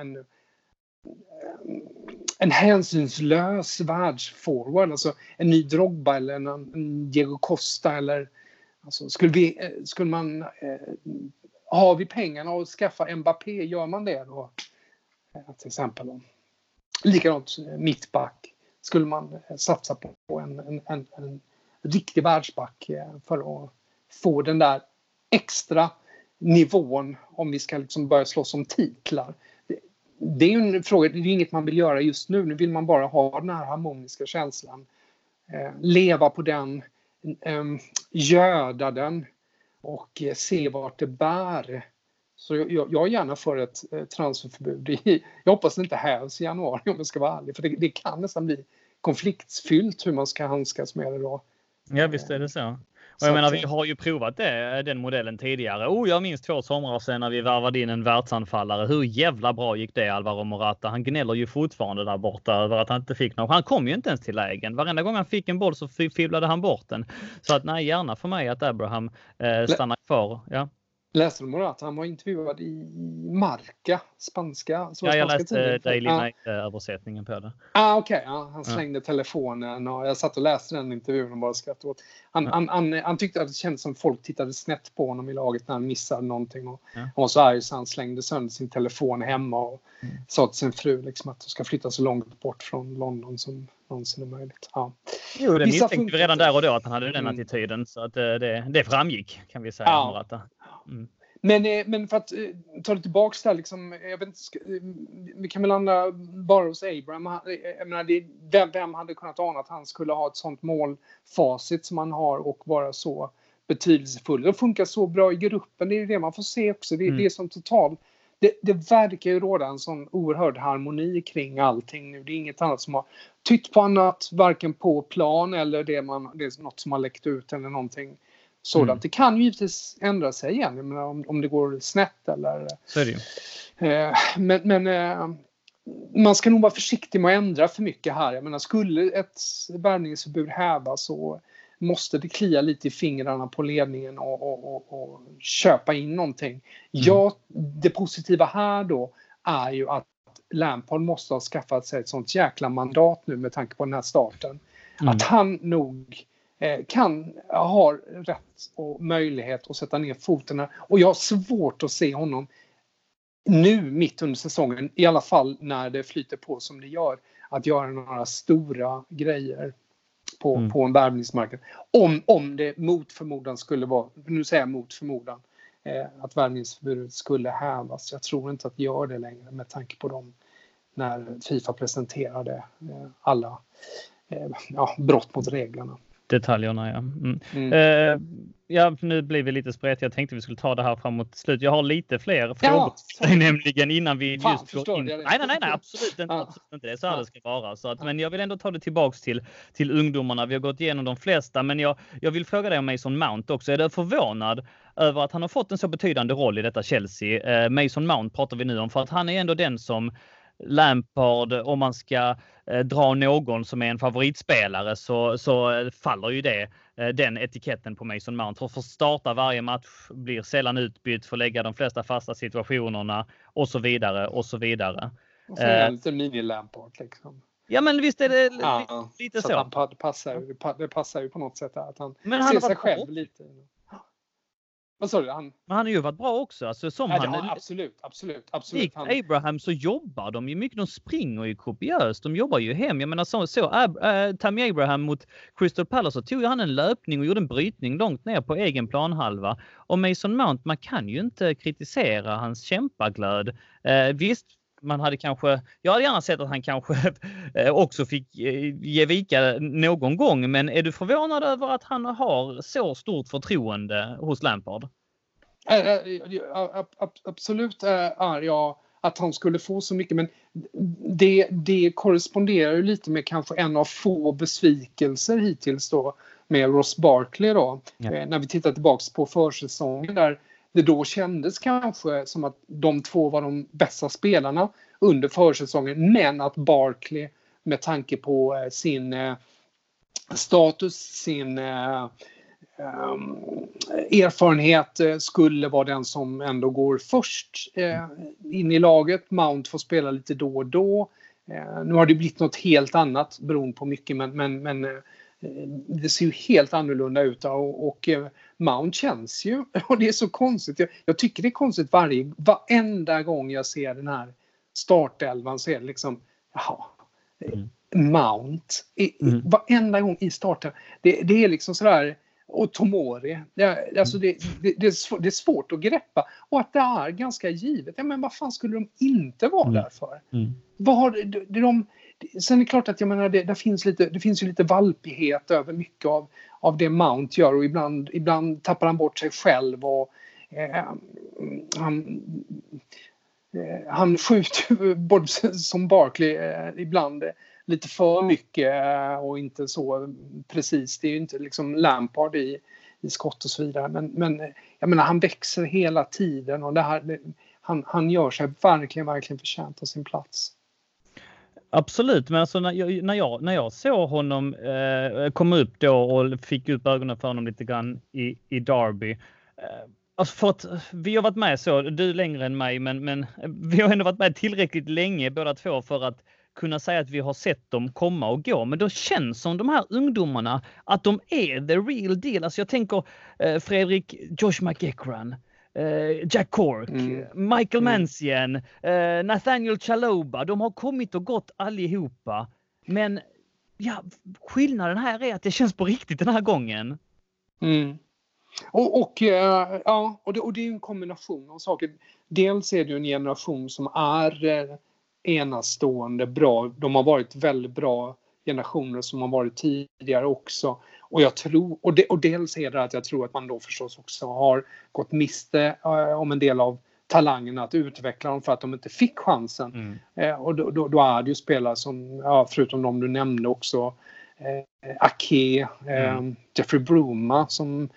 en hänsynslös världsforward, alltså en ny Drogba eller en Diego Costa, eller alltså, skulle man har vi pengarna att skaffa Mbappé, gör man det då till exempel då? Likadant mittback, skulle man satsa på en riktig världsback för att få den där extra nivån om vi ska liksom börja slåss om titlar. Det är ju en fråga, det är inget man vill göra just nu. Nu vill man bara ha den här harmoniska känslan. Leva på den, göda den och se vart det bär. Så jag är gärna för ett transferförbud. Jag hoppas det inte hävs i januari om jag ska vara ärlig. För det kan nästan bli konfliktfyllt hur man ska handskas med det då. Ja, visst är det så. Och jag menar, vi har ju provat den modellen tidigare. Jag minns 2 somrar sedan när vi värvade in en världsanfallare. Hur jävla bra gick det, Alvaro Morata? Han gnäller ju fortfarande där borta över att han inte fick något. Han kom ju inte ens till lägen. Varenda gång han fick en boll så fibblade han bort den. Så att nej, gärna för mig att Abraham stannar kvar. Ja. Läste du Morata? Han var intervjuad i Marca, spanska. Ja, jag läste Daily Mail-översättningen på det. Okej. Ja, han slängde telefonen och jag satt och läste den intervjun och bara skrattade åt. Han tyckte att det kändes som folk tittade snett på honom i laget när han missade någonting. Och han var så arg så han slängde sönder sin telefon hemma och sa till sin fru liksom, att de ska flytta så långt bort från London som någonsin är möjligt. Ja. Jo, det misstänkte vi redan där och då att han hade den attityden. Så att det framgick, kan vi säga. Ja. Morata. Men för att ta det tillbaka där liksom, jag vet inte, vi kan väl landa bara hos Abraham. Jag menar, vem hade kunnat ana att han skulle ha ett sånt målfacit som han har och vara så betydelsefull. Det funkar så bra i gruppen, det är det man får se också. Det är som total. Det verkar ju råda en sån oerhörd harmoni kring allting nu. Det är inget annat som har tytt på annat, varken på plan eller det är något som har läckt ut eller någonting sådant. Det kan ju givetvis ändra sig igen. Jag menar, om det går snett eller... Så är det ju. Men man ska nog vara försiktig med att ändra för mycket här. Jag menar, skulle ett värvningsförbud hävas så måste det klia lite i fingrarna på ledningen och köpa in någonting. Ja, det positiva här då är ju att Lampard måste ha skaffat sig ett sånt jäkla mandat nu med tanke på den här starten. Att han nog kan ha rätt och möjlighet att sätta ner foten. Och jag har svårt att se honom nu mitt under säsongen, i alla fall när det flyter på som det gör, att göra några stora grejer på en värvningsmarknad. Om det mot förmodan skulle vara, nu säger jag mot förmodan, att värvningsförbudet skulle hävas. Jag tror inte att det gör det längre med tanke på dem när FIFA presenterade alla brott mot reglerna. Detaljerna, ja. Nu blir vi lite sprätt. Jag tänkte vi skulle ta det här framåt slut. Jag har lite fler frågor nämligen innan vi just går in. Nej, absolut inte. Det är så här det ska vara. Så att, men jag vill ändå ta det tillbaks till ungdomarna. Vi har gått igenom de flesta, men jag vill fråga dig om Mason Mount också. Är du förvånad över att han har fått en så betydande roll i detta Chelsea? Mason Mount pratar vi nu om, för att han är ändå den som Lampard, om man ska dra någon som är en favoritspelare så faller ju den etiketten på Mason Mount. För att få starta varje match, blir sällan utbytt, får lägga de flesta fasta situationerna och så vidare och så vidare. Och så är det lite mini-Lampard liksom. Ja, men visst är det lite så. Det passar ju på något sätt att han ser sig själv lite. Vad sa du? Men han har ju varit bra också. Alltså, absolut. Likt Abraham så jobbar de ju mycket. De springer ju kopiöst. De jobbar ju hem. Jag menar Tammy Abraham mot Crystal Palace, så tog ju han en löpning och gjorde en brytning långt ner på egen planhalva. Och Mason Mount, man kan ju inte kritisera hans kämpaglöd. Visst, man hade kanske, jag hade gärna sett att han kanske också fick ge vika någon gång, men är du förvånad över att han har så stort förtroende hos Lampard? Absolut är jag att han skulle få så mycket, men det korresponderar ju lite med kanske en av få besvikelser hittills då med Ross Barkley då. När vi tittar tillbaks på försäsongen där det då kändes kanske som att de två var de bästa spelarna under försäsongen, men att Barkley med tanke på sin status, sin erfarenhet skulle vara den som ändå går först in i laget. Mount får spela lite då och då. Nu har det blivit något helt annat beroende på mycket, men det ser ju helt annorlunda ut och Mount känns ju, och det är så konstigt. Jag tycker det är konstigt varenda gång jag ser den här startelvan så är det liksom Mount varenda gång i starten. Det är liksom sådär, och Tomori. Alltså det är svårt att greppa. Och att det är ganska givet. Ja, men vad fan skulle de inte vara där för? Vad har de... Sen är det klart att jag menar, det finns ju lite valpighet över mycket av det Mount gör. Och ibland tappar han bort sig själv. Och han skjuter både som Barkley ibland lite för mycket och inte så precis. Det är ju inte liksom Lampard i skott och så vidare. Men jag menar, han växer hela tiden och han gör sig verkligen förtjänt av sin plats. Absolut, men alltså när jag såg honom komma upp då och fick upp ögonen för honom lite grann i Derby. Alltså för att vi har varit med så, du längre än mig, men vi har ändå varit med tillräckligt länge båda två för att kunna säga att vi har sett dem komma och gå. Men då känns som de här ungdomarna att de är the real deal. Alltså jag tänker Fredrik, Josh McEachran, Jack Cork, Michael Mancienne, Nathaniel Chalobah. De har kommit och gått allihopa. Men ja, skillnaden här är att det känns på riktigt den här gången. Och det är en kombination av saker. Dels är det en generation som är enastående bra. De har varit väldigt bra generationer som har varit tidigare också. Och jag tror, och dels är det att jag tror att man då förstås också har gått miste om en del av talangen att utveckla dem för att de inte fick chansen. Och då är det ju spelare som, förutom de du nämnde också, Ake, Jeffrey Bruma som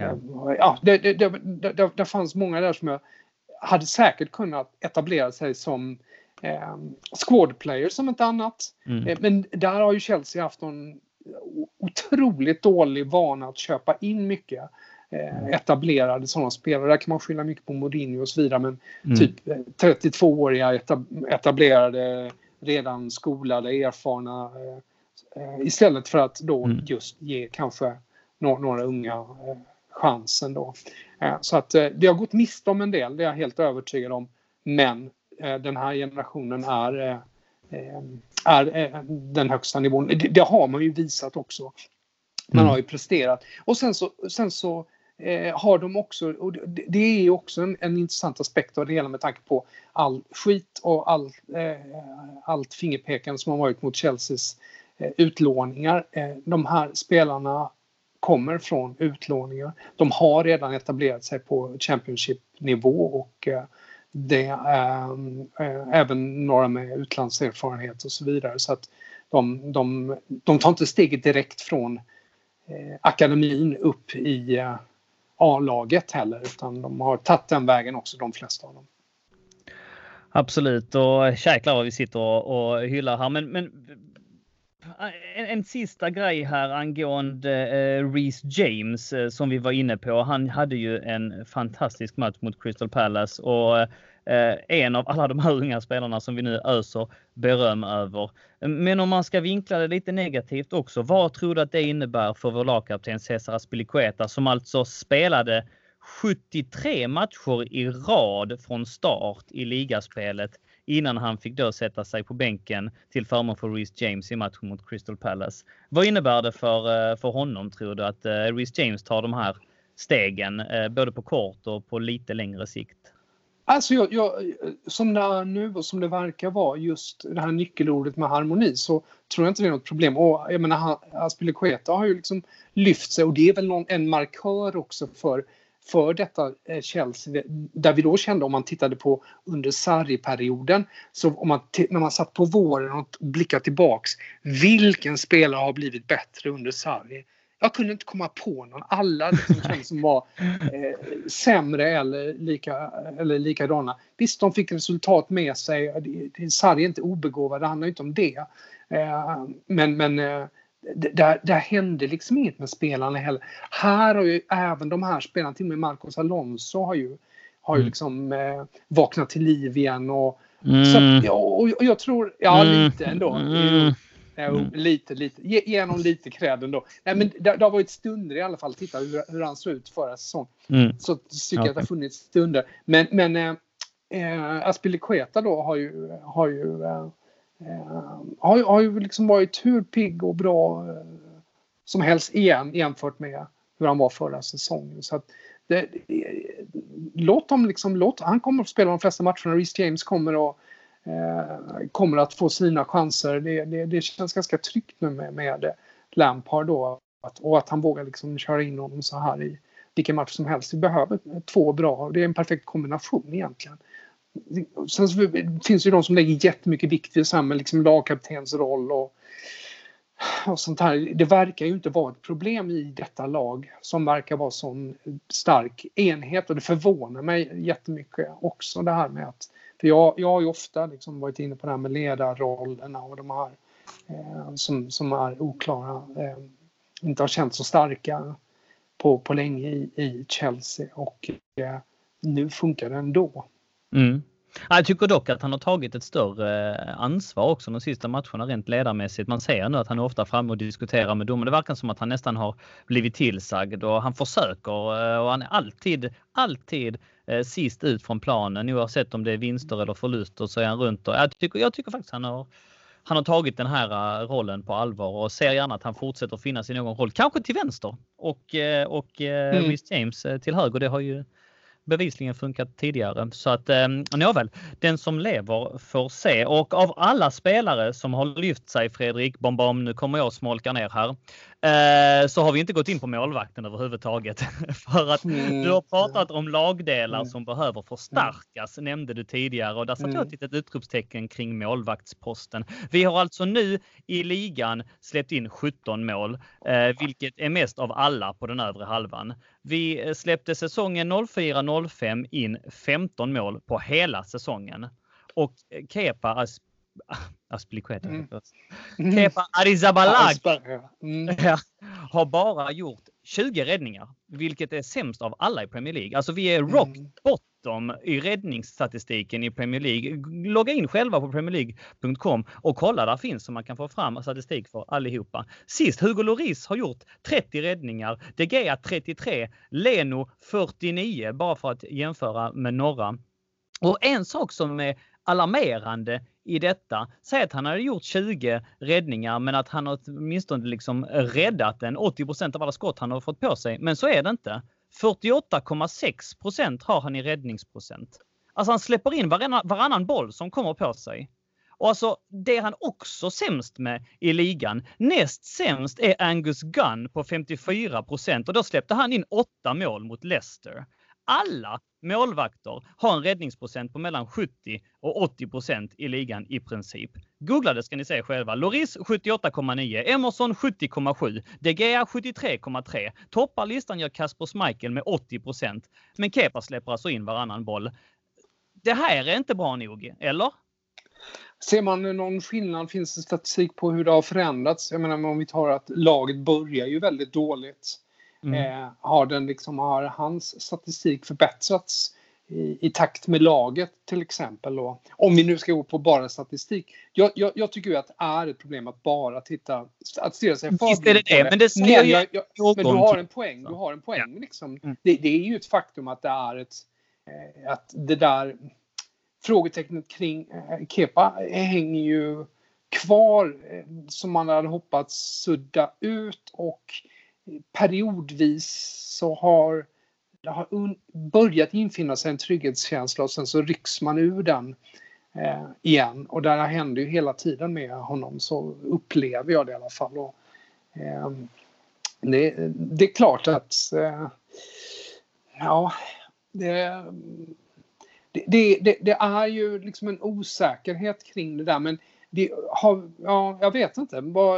det fanns många där som jag hade säkert kunnat etablera sig som squad player som inte annat. Men där har ju Chelsea haft en otroligt dålig vana att köpa in mycket etablerade sådana spelare. Där kan man skylla mycket på Mourinho och så vidare, men typ 32-åriga etablerade, redan skolade, erfarna istället för att då just ge kanske några unga chansen då. Så att det har gått miste om en del, det är jag helt övertygad om, men den här generationen är den högsta nivån. Det har man ju visat också. Man har ju presterat. Och sen så har de också, och det är ju också en intressant aspekt av det hela med tanke på all skit och allt fingerpekande som har varit mot Chelseas utlåningar. De här spelarna kommer från utlåningar. De har redan etablerat sig på Championship-nivå och det är även några med utlandserfarenhet och så vidare. Så att de tar inte steget direkt från akademin upp i A-laget heller, utan de har tagit den vägen också, de flesta av dem. Absolut, och jäklar vad vi sitter och hyllar här. Men en sista grej här angående Reece James som vi var inne på. Han hade ju en fantastisk match mot Crystal Palace och en av alla de här unga spelarna som vi nu öser beröm över. Men om man ska vinkla det lite negativt också, vad tror du att det innebär för vår lagkapten Cesar Azpilicueta som alltså spelade 73 matcher i rad från start i ligaspelet innan han fick då sätta sig på bänken till förmån för Reece James i matchen mot Crystal Palace. Vad innebär det för honom, tror du, att Reece James tar de här stegen både på kort och på lite längre sikt? Alltså som det är nu och som det verkar vara just det här nyckelordet med harmoni, så tror jag inte det är något problem. Och jag menar, Azpilicueta har ju liksom lyft sig, och det är väl en markör också för detta Chelsea, där vi då kände, om man tittade på under Sarri-perioden, så när man satt på våren och blickade tillbaks, vilken spelare har blivit bättre under Sarri? Jag kunde inte komma på någon. Alla liksom kändes som var sämre eller likadana. Visst, de fick resultat med sig. Sarri är inte obegåvad, det handlar inte om det. Men där hände liksom inget med spelarna heller. Här har ju även de här spelarna, till och med Marcos Alonso har ju liksom vaknat till liv igen. Och jag tror, lite ändå. Lite. Ge honom lite cred ändå. Nej, men det har varit stunder i alla fall. Titta hur han såg ut förra säsongen. Så tycker jag att det har funnits stunder. Men Azpilicueta då har ju liksom varit hur pigg och bra som helst igen, jämfört med hur han var förra säsongen. Så att han kommer att spela de flesta matcherna. Reece James kommer att få sina chanser. Det känns ganska tryggt nu med Lampard då, och att han vågar liksom köra in honom så här i vilken match som helst. Vi behöver två bra. Det är en perfekt kombination egentligen. Sen så finns ju de som lägger jättemycket vikt vid samma liksom lagkaptens roll och sånt här. Det verkar ju inte vara ett problem i detta lag som verkar vara sån stark enhet, och det förvånar mig jättemycket också, det här med att, för jag har ju ofta liksom varit inne på det här med ledarrollerna och de här som är oklara, inte har känt så starka på länge i Chelsea, och nu funkar det ändå. Jag tycker dock att han har tagit ett större ansvar också de sista matcherna rent ledarmässigt. Man ser nu att han är ofta framme och diskuterar med domare. Det verkar som att han nästan har blivit tillsagd, och han försöker, och han är alltid sist ut från planen, oavsett om det är vinster eller förluster, så är han runt. Och jag tycker faktiskt han har tagit den här rollen på allvar, och ser gärna att han fortsätter finnas i någon roll, kanske till vänster och Reece James till höger. Det har ju bevisligen funkat tidigare. Så att nåväl, den som lever får se. Och av alla spelare som har lyft sig, Fredrik, nu kommer jag smolka ner här, så har vi inte gått in på målvakten överhuvudtaget. För att du har pratat om lagdelar som behöver förstärkas, nämnde du tidigare, och där satt jag ett litet utropstecken kring målvaktsposten. Vi har alltså nu i ligan släppt in 17 mål, vilket är mest av alla på den övre halvan. Vi släppte säsongen 04-05 in 15 mål på hela säsongen. Och Kepa Azpilicueta Kepa Arrizabalaga har bara gjort 20 räddningar, vilket är sämst av alla i Premier League. Alltså vi är rock bottom i räddningsstatistiken i Premier League. Logga in själva på premierleague.com och kolla, där finns, så man kan få fram statistik för allihopa. Sist, Hugo Lloris har gjort 30 räddningar, De Gea 33, Leno 49, bara för att jämföra med några. Och en sak som är alarmerande i detta, säg att han hade gjort 20 räddningar, men att han åtminstone liksom räddat 80% av alla skott han har fått på sig. Men så är det inte. 48,6% har han i räddningsprocent. Alltså han släpper in varannan boll som kommer på sig. Och alltså det är han också sämst med i ligan. Näst sämst är Angus Gunn på 54%, och då släppte han in 8 mål mot Leicester. Alla målvakter har en räddningsprocent på mellan 70 och 80% i ligan i princip. Googla det ska ni se själva. Lloris 78,9, Emerson 70,7, De Gea 73,3. Toppar listan gör Kasper Schmeichel med 80%. Men Kepa släpper alltså in varannan boll. Det här är inte bra nog, eller? Ser man någon skillnad, finns det statistik på hur det har förändrats? Jag menar, om vi tar att laget börjar ju väldigt dåligt. Har hans statistik förbättrats i takt med laget till exempel? Och om vi nu ska gå på bara statistik. Jag tycker ju att det är ett problem att bara att stirra sig för. Visst är det, men det ser ju... Men du har en poäng. Du har en poäng liksom. Det är ju ett faktum att det är att det där frågetecknet kring Kepa hänger ju kvar, som man hade hoppats sudda ut, och periodvis så har det har börjat infinna sig en trygghetskänsla och sen så rycks man ur den igen. Och det händer ju hela tiden med honom, så upplever jag det i alla fall. Och, det är klart att det är ju liksom en osäkerhet kring det där, men jag vet inte.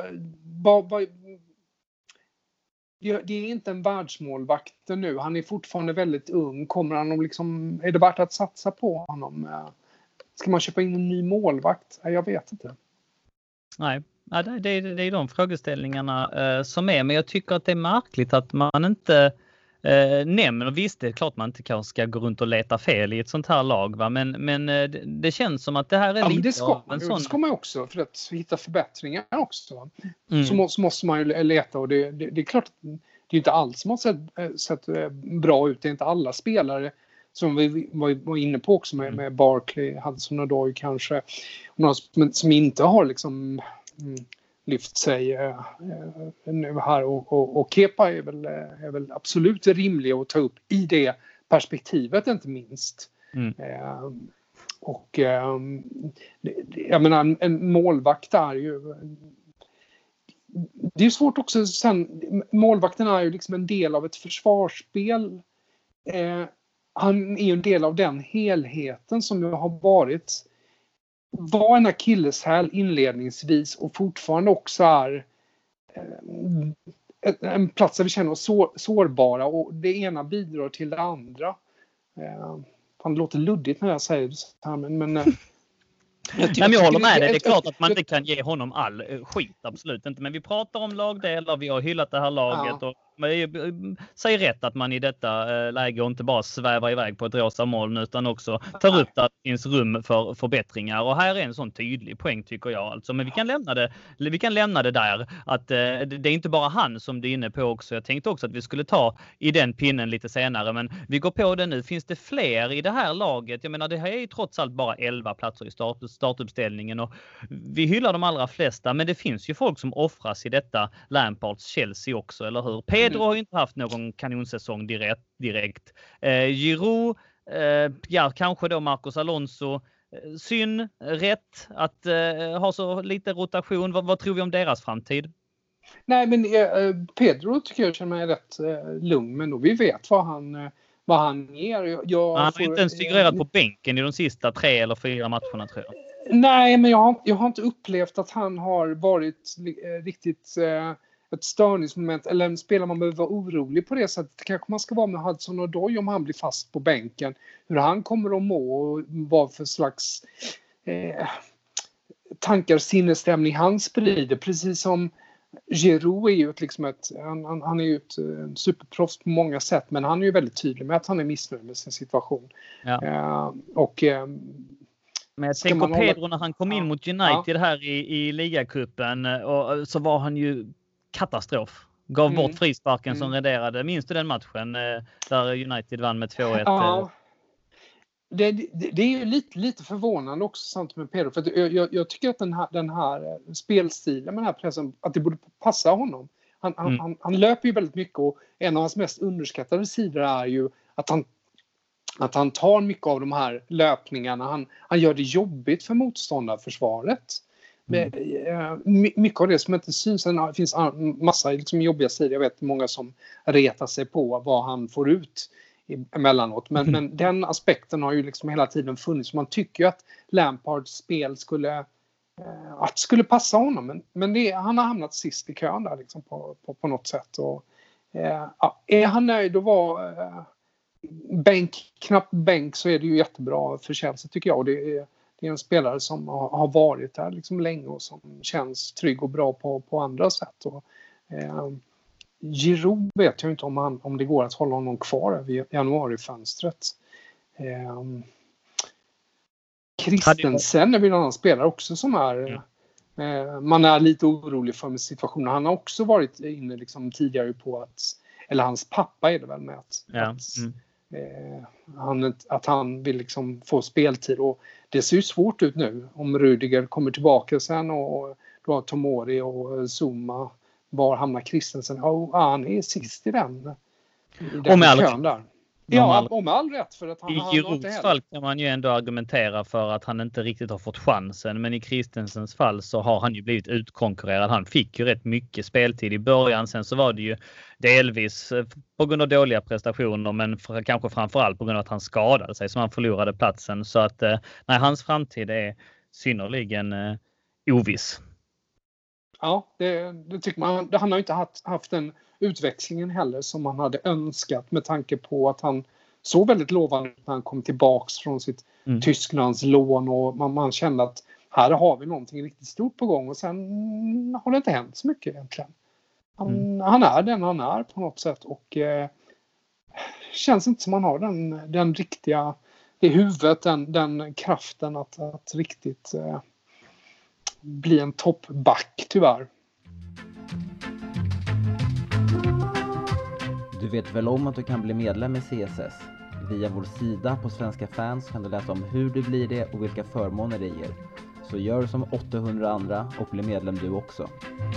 Det är inte en världsmålvakt nu. Han är fortfarande väldigt ung. Kommer han liksom, är det värt att satsa på honom? Ska man köpa in en ny målvakt? Jag vet inte. Nej, det är de frågeställningarna som är. Men jag tycker att det är märkligt att man inte nämner. Visst, det är klart man inte kanske ska gå runt och leta fel i ett sånt här lag. Va? Men det känns som att det här är lite... Det ska man också, för att hitta förbättringar också. Så måste man ju leta, och det är klart att det är inte alls som har sett bra ut. Det är inte alla spelare som vi var inne på också med Barkley, Hudson-Odoi kanske. Som inte har liksom lyft sig nu här. Och Kepa är väl absolut rimlig att ta upp i det perspektivet, inte minst. Jag menar, en målvakt är ju... Det är svårt också sen. Målvakten är ju liksom en del av ett försvarsspel. Han är ju en del av den helheten som ju har var en akilleshäl inledningsvis och fortfarande också är en plats där vi känner oss sårbara, och det ena bidrar till det andra. Det låter luddigt när jag säger det här, men jag håller med dig. Det är klart att man inte kan ge honom all skit, absolut inte. Men vi pratar om lagdelar, vi har hyllat det här laget och säger rätt att man i detta läge inte bara svävar iväg på ett rosa moln utan också tar upp att det finns rum för förbättringar. Och här är en sån tydlig poäng, tycker jag. Alltså. Men vi kan lämna det där att det är inte bara han som du är inne på också. Jag tänkte också att vi skulle ta i den pinnen lite senare, men vi går på det nu. Finns det fler i det här laget? Jag menar, det här är ju trots allt bara 11 platser i startuppställningen och vi hyllar de allra flesta, men det finns ju folk som offras i detta Lampards Chelsea också, eller hur? Pedro har ju inte haft någon kanonsäsong direkt. Giroud, kanske då Marcos Alonso. Synd, rätt att ha så lite rotation. Vad tror vi om deras framtid? Nej, men Pedro tycker jag känner mig rätt lugn, men då vi vet vad han ger. Han har inte ens figurerat på bänken i de sista 3 eller 4 matcherna, tror jag. Nej, men jag har inte upplevt att han har varit riktigt ett störningsmoment eller en spelare man behöver vara orolig på det sättet. Kanske man ska vara med Hudson-Odoi om han blir fast på bänken. Hur han kommer att må och vad för slags tankar, sinnesstämning han sprider. Precis som Giroud är ju han är ju ett superproffs på många sätt, men han är ju väldigt tydlig med att han är missnöjd med sin situation. Ja. Men jag tänker på Pedro när han kom in mot United här i ligacupen, och så var han ju katastrof. Gav bort frisparken som renderade. Minns du den matchen där United vann med 2-1? Ja. Det är ju lite förvånande också samt med Pedro, för jag tycker att den här spelstilen med den här pressen, att det borde passa honom. Han löper ju väldigt mycket, och en av hans mest underskattade sidor är ju att han tar mycket av de här löpningarna. Han gör det jobbigt för motståndarförsvaret. Mycket av det som inte syns. Det finns massa liksom jobbiga sidor. Jag vet många som retar sig på vad han får ut emellanåt. Men den aspekten har ju liksom hela tiden funnits. Man tycker ju att Lampards spel skulle passa honom. Men han har hamnat sist i kön där liksom på något sätt. Och, är han nöjd att vara knappt bänk, så är det ju jättebra för Chelsea, tycker jag. Och det är en spelare som har varit där liksom länge och som känns trygg och bra på andra sätt. Och, Giroud vet jag inte om det går att hålla honom kvar över januarifönstret. Christensen är väl en annan spelare också som är man är lite orolig för med situationen. Han har också varit inne liksom tidigare på eller hans pappa är det väl med att han vill liksom få speltid, och det ser ju svårt ut nu om Rüdiger kommer tillbaka sen, och då har Tomori och Zuma. Var hamnar Christensen? Han är sist i den kön där. Ja, om all rätt. För att han I Girouds fall kan man ju ändå argumentera för att han inte riktigt har fått chansen. Men i Christensens fall så har han ju blivit utkonkurrerad. Han fick ju rätt mycket speltid i början. Sen så var det ju delvis på grund av dåliga prestationer, men kanske framförallt på grund av att han skadade sig som han förlorade platsen. Så att hans framtid är synnerligen oviss. Ja, det tycker man. Han har ju inte haft den utväxlingen heller som man hade önskat, med tanke på att han såg väldigt lovande när han kom tillbaks från sitt Tysklandslån, och man kände att här har vi någonting riktigt stort på gång, och sen har det inte hänt så mycket egentligen. Han är den han är på något sätt, och känns inte som han har den riktiga, det huvudet, den kraften att riktigt bli en toppback, tyvärr. Du vet väl om att du kan bli medlem i CSS? Via vår sida på Svenska fans kan du läsa om hur du blir det och vilka förmåner det ger. Så gör som 800 andra och bli medlem du också.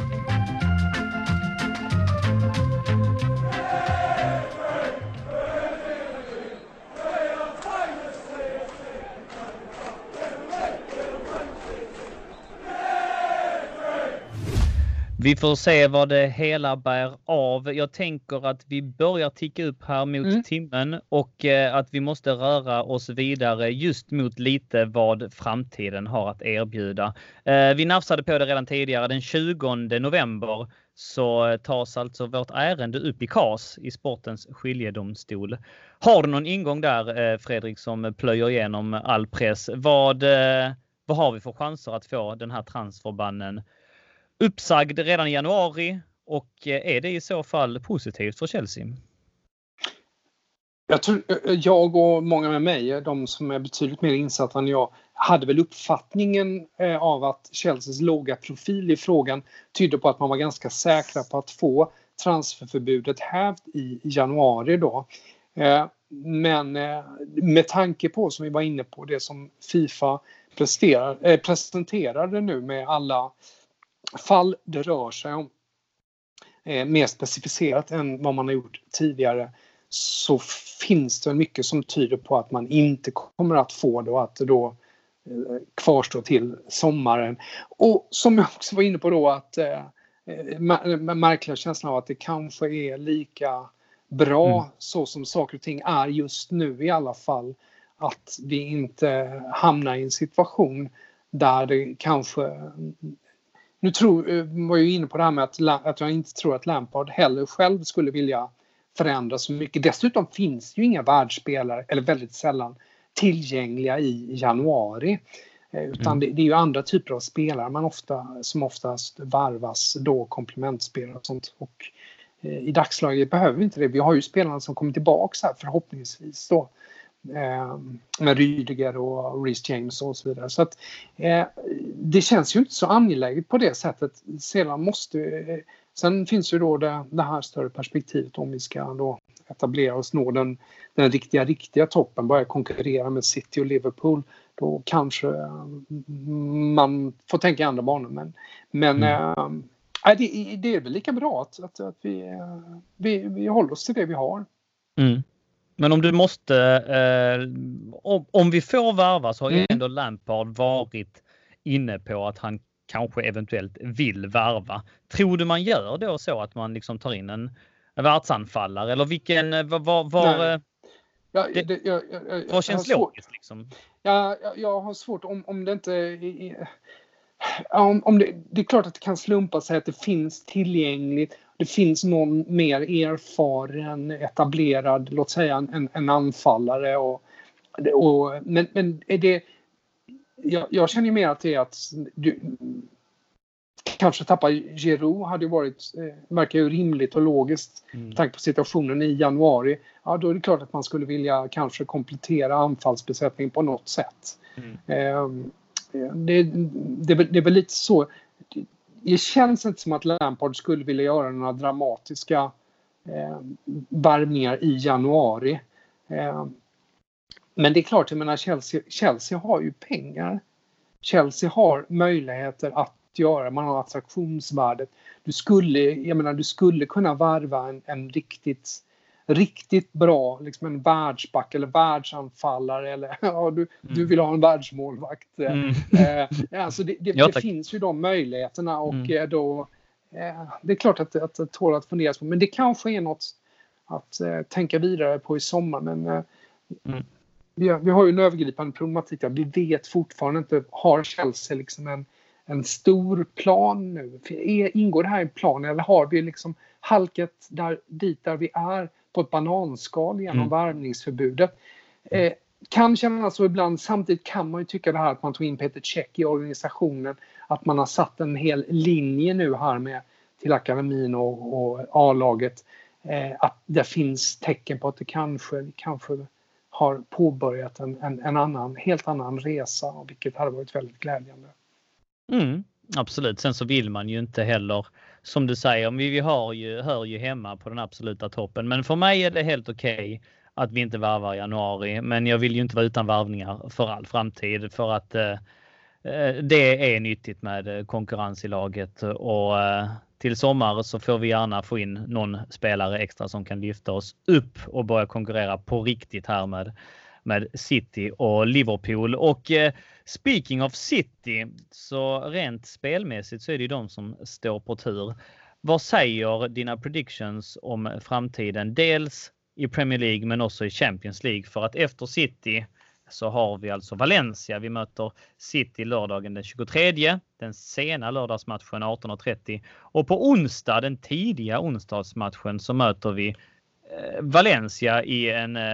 Vi får se vad det hela bär av. Jag tänker att vi börjar ticka upp här mot timmen, och att vi måste röra oss vidare just mot lite vad framtiden har att erbjuda. Vi nafsade på det redan tidigare. Den 20 november så tas alltså vårt ärende upp i KAS, i sportens skiljedomstol. Har du någon ingång där, Fredrik, som plöjer igenom all press? Vad har vi för chanser att få den här transferbannen uppsagd redan i januari, och är det i så fall positivt för Chelsea? Jag tror, jag och många med mig, de som är betydligt mer insatta än jag, hade väl uppfattningen av att Chelseas låga profil i frågan tydde på att man var ganska säkra på att få transferförbudet hävt i januari då. Men med tanke på, som vi var inne på, det som FIFA presenterade nu med alla fall det rör sig om, mer specificerat än vad man har gjort tidigare, så finns det mycket som tyder på att man inte kommer att få det, och att det då kvarstår till sommaren. Och som jag också var inne på då, att märkliga känslan av att det kanske är lika bra så som saker och ting är just nu i alla fall, att vi inte hamnar i en situation där det kanske... Nu var jag inne på det här med att jag inte tror att Lampard heller själv skulle vilja förändra så mycket. Dessutom finns ju inga världsspelare, eller väldigt sällan, tillgängliga i januari. Utan det är ju andra typer av spelare som oftast varvas då, komplementspelare och sånt. Och i dagsläget behöver vi inte det. Vi har ju spelarna som kommer tillbaka här förhoppningsvis då. Med Rydiger och Reece James och så vidare. Så att det känns ju inte så angeläget på det sättet. Sen finns ju då det här större perspektivet, om vi ska då etablera oss, nå den riktiga toppen, börja konkurrera med City och Liverpool. Då kanske man får tänka i andra banor. Men det är väl lika bra att vi håller oss till det vi har. Men om du måste, om vi får värva, så har ju ändå Lampard varit inne på att han kanske eventuellt vill värva. Tror du man gör då så att man liksom tar in en världsanfallare, eller vilken, vad känns logiskt liksom? Jag har svårt om det inte det är klart att det kan slumpa sig att det finns tillgängligt. Det finns någon mer erfaren, etablerad, låt säga en anfallare. Men är det... Jag känner mer att det är att du kanske tappa Giroud hade ju verkar ju rimligt och logiskt tanke på situationen i januari. Ja, då är det klart att man skulle vilja kanske komplettera anfallsbesättningen på något sätt. Det är väl lite så. Det känns inte som att Lampard skulle vilja göra några dramatiska värvningar i januari. Men det är klart, jag menar, Chelsea har ju pengar. Chelsea har möjligheter att göra, man har attraktionsvärdet. Du skulle kunna varva en riktigt riktigt bra, liksom en världsback eller världsanfallare eller du vill ha en världsmålvakt. Alltså det finns ju de möjligheterna och då det är klart att det tål att funderas på, men det kanske är något att tänka vidare på i sommar, men vi har ju en övergripande problematik där. Vi vet fortfarande inte, har Chelsea liksom en stor plan nu? Ingår det här i en plan eller har vi liksom halkat dit där vi är på ett bananskal genom värvningsförbudet? Kan kännas så ibland. Samtidigt kan man ju tycka det här att man tog in Peter Cech i organisationen, att man har satt en hel linje nu här med till akademin och A-laget, att det finns tecken på att det kanske har påbörjat en helt annan resa, vilket hade varit väldigt glädjande. Absolut. Sen så vill man ju inte heller, som du säger, vi hör ju hemma på den absoluta toppen. Men för mig är det helt okej att vi inte varvar i januari. Men jag vill ju inte vara utan varvningar för all framtid, för att det är nyttigt med konkurrens i laget. Och till sommar så får vi gärna få in någon spelare extra som kan lyfta oss upp och börja konkurrera på riktigt här med City och Liverpool. Och speaking of City, så rent spelmässigt så är det ju de som står på tur. Vad säger dina predictions om framtiden? Dels i Premier League men också i Champions League, för att efter City så har vi alltså Valencia. Vi möter City lördagen den 23, den sena lördagsmatchen 18:30. Och på onsdag, den tidiga onsdagsmatchen, så möter vi Valencia i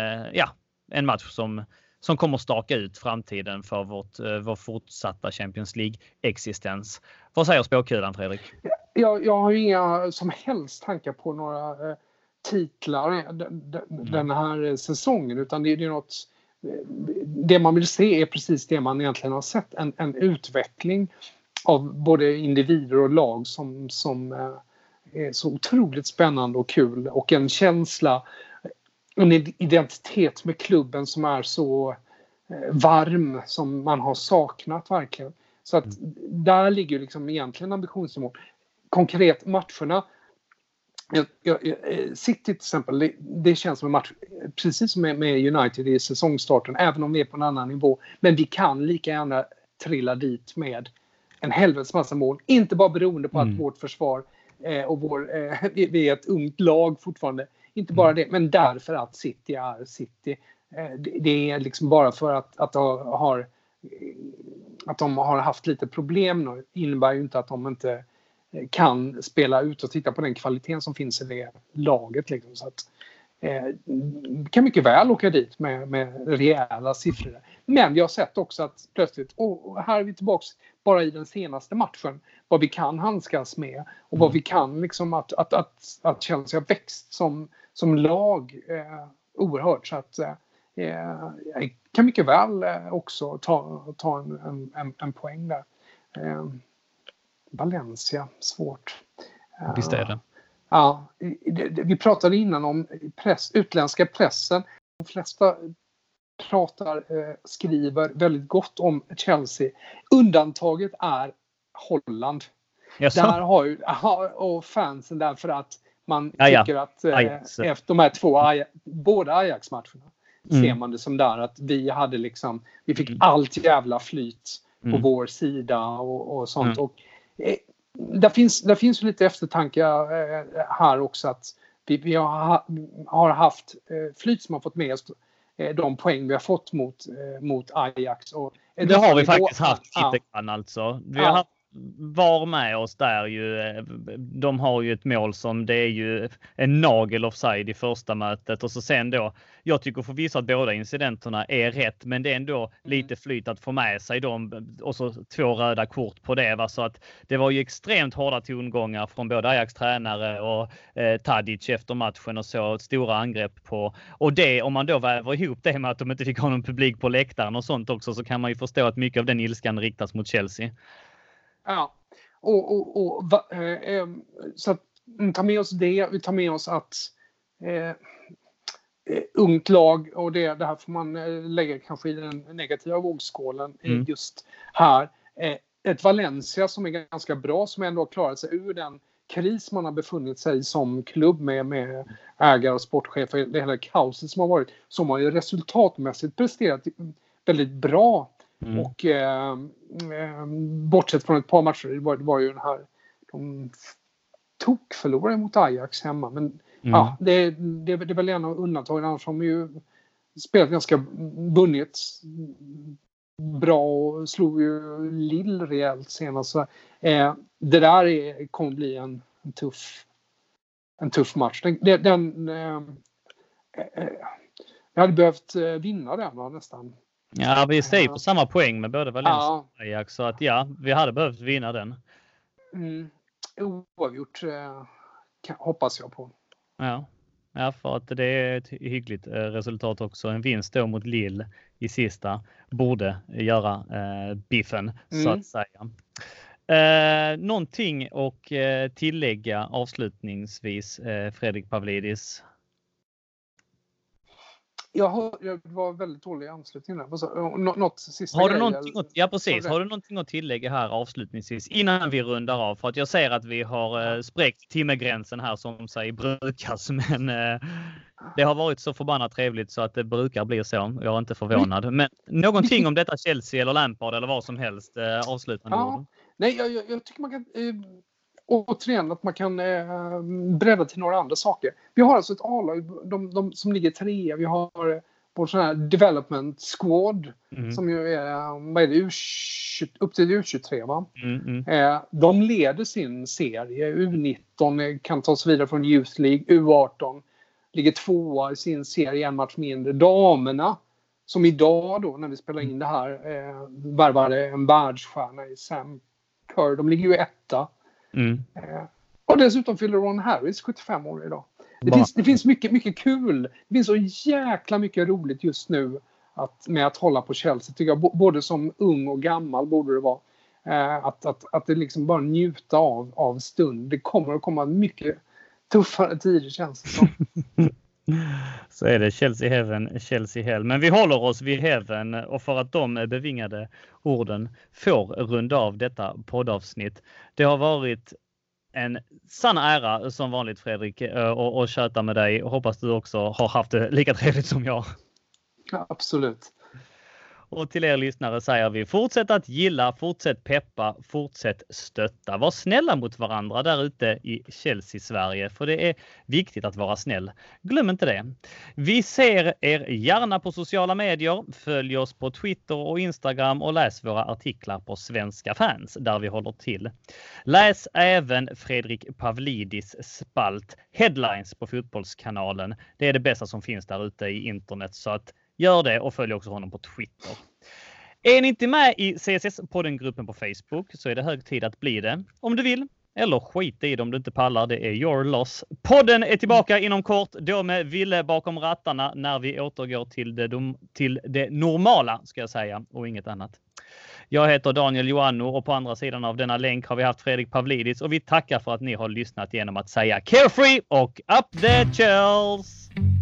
en match som kommer staka ut framtiden för vår fortsatta Champions League-existens. Vad säger spåkulan, Fredrik? Jag har ju inga som helst tankar på några titlar den här säsongen, utan det är något. Det man vill se är precis det man egentligen har sett. En utveckling av både individer och lag som är så otroligt spännande och kul. Och en känsla, en identitet med klubben som är så varm som man har saknat verkligen. Så att där ligger liksom egentligen ambitionsnivå. Konkret matcherna. City till exempel, det känns som en match precis som med United i säsongstarten, även om vi är på en annan nivå, men vi kan lika gärna trilla dit med en helvetes massa mål, inte bara beroende på att vårt försvar och vi är ett ungt lag fortfarande, inte bara det, men därför att City är City. Det är liksom bara för att de har haft lite problem nu, innebär ju inte att de inte kan spela ut och titta på den kvaliteten som finns i det laget. Liksom. Så att, kan mycket väl åka dit med rejäla siffror. Men vi har sett också att plötsligt, och här är vi tillbaka bara i den senaste matchen, vad vi kan handskas med och vad vi kan, liksom, att Chelsea har växt som lag oerhört. Så att jag kan mycket väl också ta en poäng där. Valencia, svårt. Visst är det. Ja, vi pratade innan om utländska pressen. De flesta skriver väldigt gott om Chelsea. Undantaget är Holland. Jaså? Där har ju och fansen därför att man tycker att efter de här båda Ajax-matcherna ser man det som där att vi fick allt jävla flyt på vår sida och sånt. Och där finns lite eftertanke här också, att vi har haft flyt som har fått med oss de poäng vi har fått mot Ajax. Och det har vi faktiskt haft lite grann alltså. Vi har haft var med oss där ju. De har ju ett mål som det är ju en nagel offside i första mötet, och så sen då, jag tycker förvisso att båda incidenterna är rätt, men det är ändå lite flyt att få med sig dem, och så 2 röda kort på det, va? Så att det var ju extremt hårda tongångar från både Ajax tränare och Tadic efter matchen, och så stora angrepp på, och det, om man då väver ihop det med att de inte fick ha någon publik på läktaren och sånt också, så kan man ju förstå att mycket av den ilskan riktas mot Chelsea. Ja, så att vi tar med oss det. Vi tar med oss att ungt lag, och det här får man lägga kanske i den negativa vågskålen just här. Ett Valencia som är ganska bra, som ändå har klarat sig ur den kris man har befunnit sig som klubb med ägare och sportchefer, det hela kaoset som har varit, som har ju resultatmässigt presterat väldigt bra. Och bortsett från ett par matcher, det var ju den här, de förlorade mot Ajax hemma, men ja, det är väl en av undantagen, annars har de ju spelat ganska vunnit bra och slog ju Lille rejält senast. Så, det där kommer bli en tuff match. Jag hade behövt vinna den nästan. Ja, vi står på samma poäng med både Valencia och Ajax, så att ja, vi hade behövt vinna den. Oavgjort hoppas jag på. Ja, för att det är ett hyggligt resultat också. En vinst då mot Lille i sista borde göra biffen, så att säga. Någonting och tillägga avslutningsvis, Fredrik Pavlidis? Det var väldigt dålig anslutning där. Något sista Har du någonting att tillägga här avslutningsvis innan vi rundar av? För att jag ser att vi har spräckt timmegränsen här som sig brukas. Men det har varit så förbannat trevligt så att det brukar bli så. Jag är inte förvånad. Men någonting om detta Chelsea eller Lampard eller vad som helst avslutande ord? Nej, jag tycker man kan... återigen att man kan bredda till några andra saker. Vi har alltså ett A-lag, de som ligger 3. Vi har vår sån här development squad som ju är, vad är det, upp till U23 va? De leder sin serie. U19 kan ta sig vidare från Youth League. U18 ligger 2 i sin serie, en match mindre. Damerna som idag då när vi spelar in det här värvade en världsstjärna i Sam Kerr. De ligger ju 1. Och dessutom fyller Ron Harris 75 år idag. Det finns mycket kul. Det finns så jäkla mycket roligt just nu med att hålla på Chelsea. Tycker jag, både som ung och gammal borde det vara. Att det liksom bara njuta av stund. Det kommer att komma mycket tuffare tider, känns det som. Så är det Chelsea Heaven, Chelsea Hell. Men vi håller oss vid Heaven, och för att de bevingade orden får runda av detta poddavsnitt. Det har varit en sann ära som vanligt, Fredrik, och köta med dig. Hoppas du också har haft det lika trevligt som jag. Ja, absolut. Och till er lyssnare säger vi: fortsätt att gilla, fortsätt peppa, fortsätt stötta. Var snälla mot varandra där ute i Chelsea-Sverige, för det är viktigt att vara snäll. Glöm inte det. Vi ser er gärna på sociala medier. Följ oss på Twitter och Instagram och läs våra artiklar på Svenska Fans där vi håller till. Läs även Fredrik Pavlidis spalt Headlines på Fotbollskanalen. Det är det bästa som finns där ute i internet, så att gör det, och följ också honom på Twitter. Är ni inte med i CSS-podden-gruppen på Facebook så är det hög tid att bli det. Om du vill, eller skit i det om du inte pallar, det är your loss. Podden är tillbaka inom kort, då med Ville bakom rattarna, när vi återgår till det normala, ska jag säga, och inget annat. Jag heter Daniel Joannou, och på andra sidan av denna länk har vi haft Fredrik Pavlidis, och vi tackar för att ni har lyssnat genom att säga carefree och up the Chels!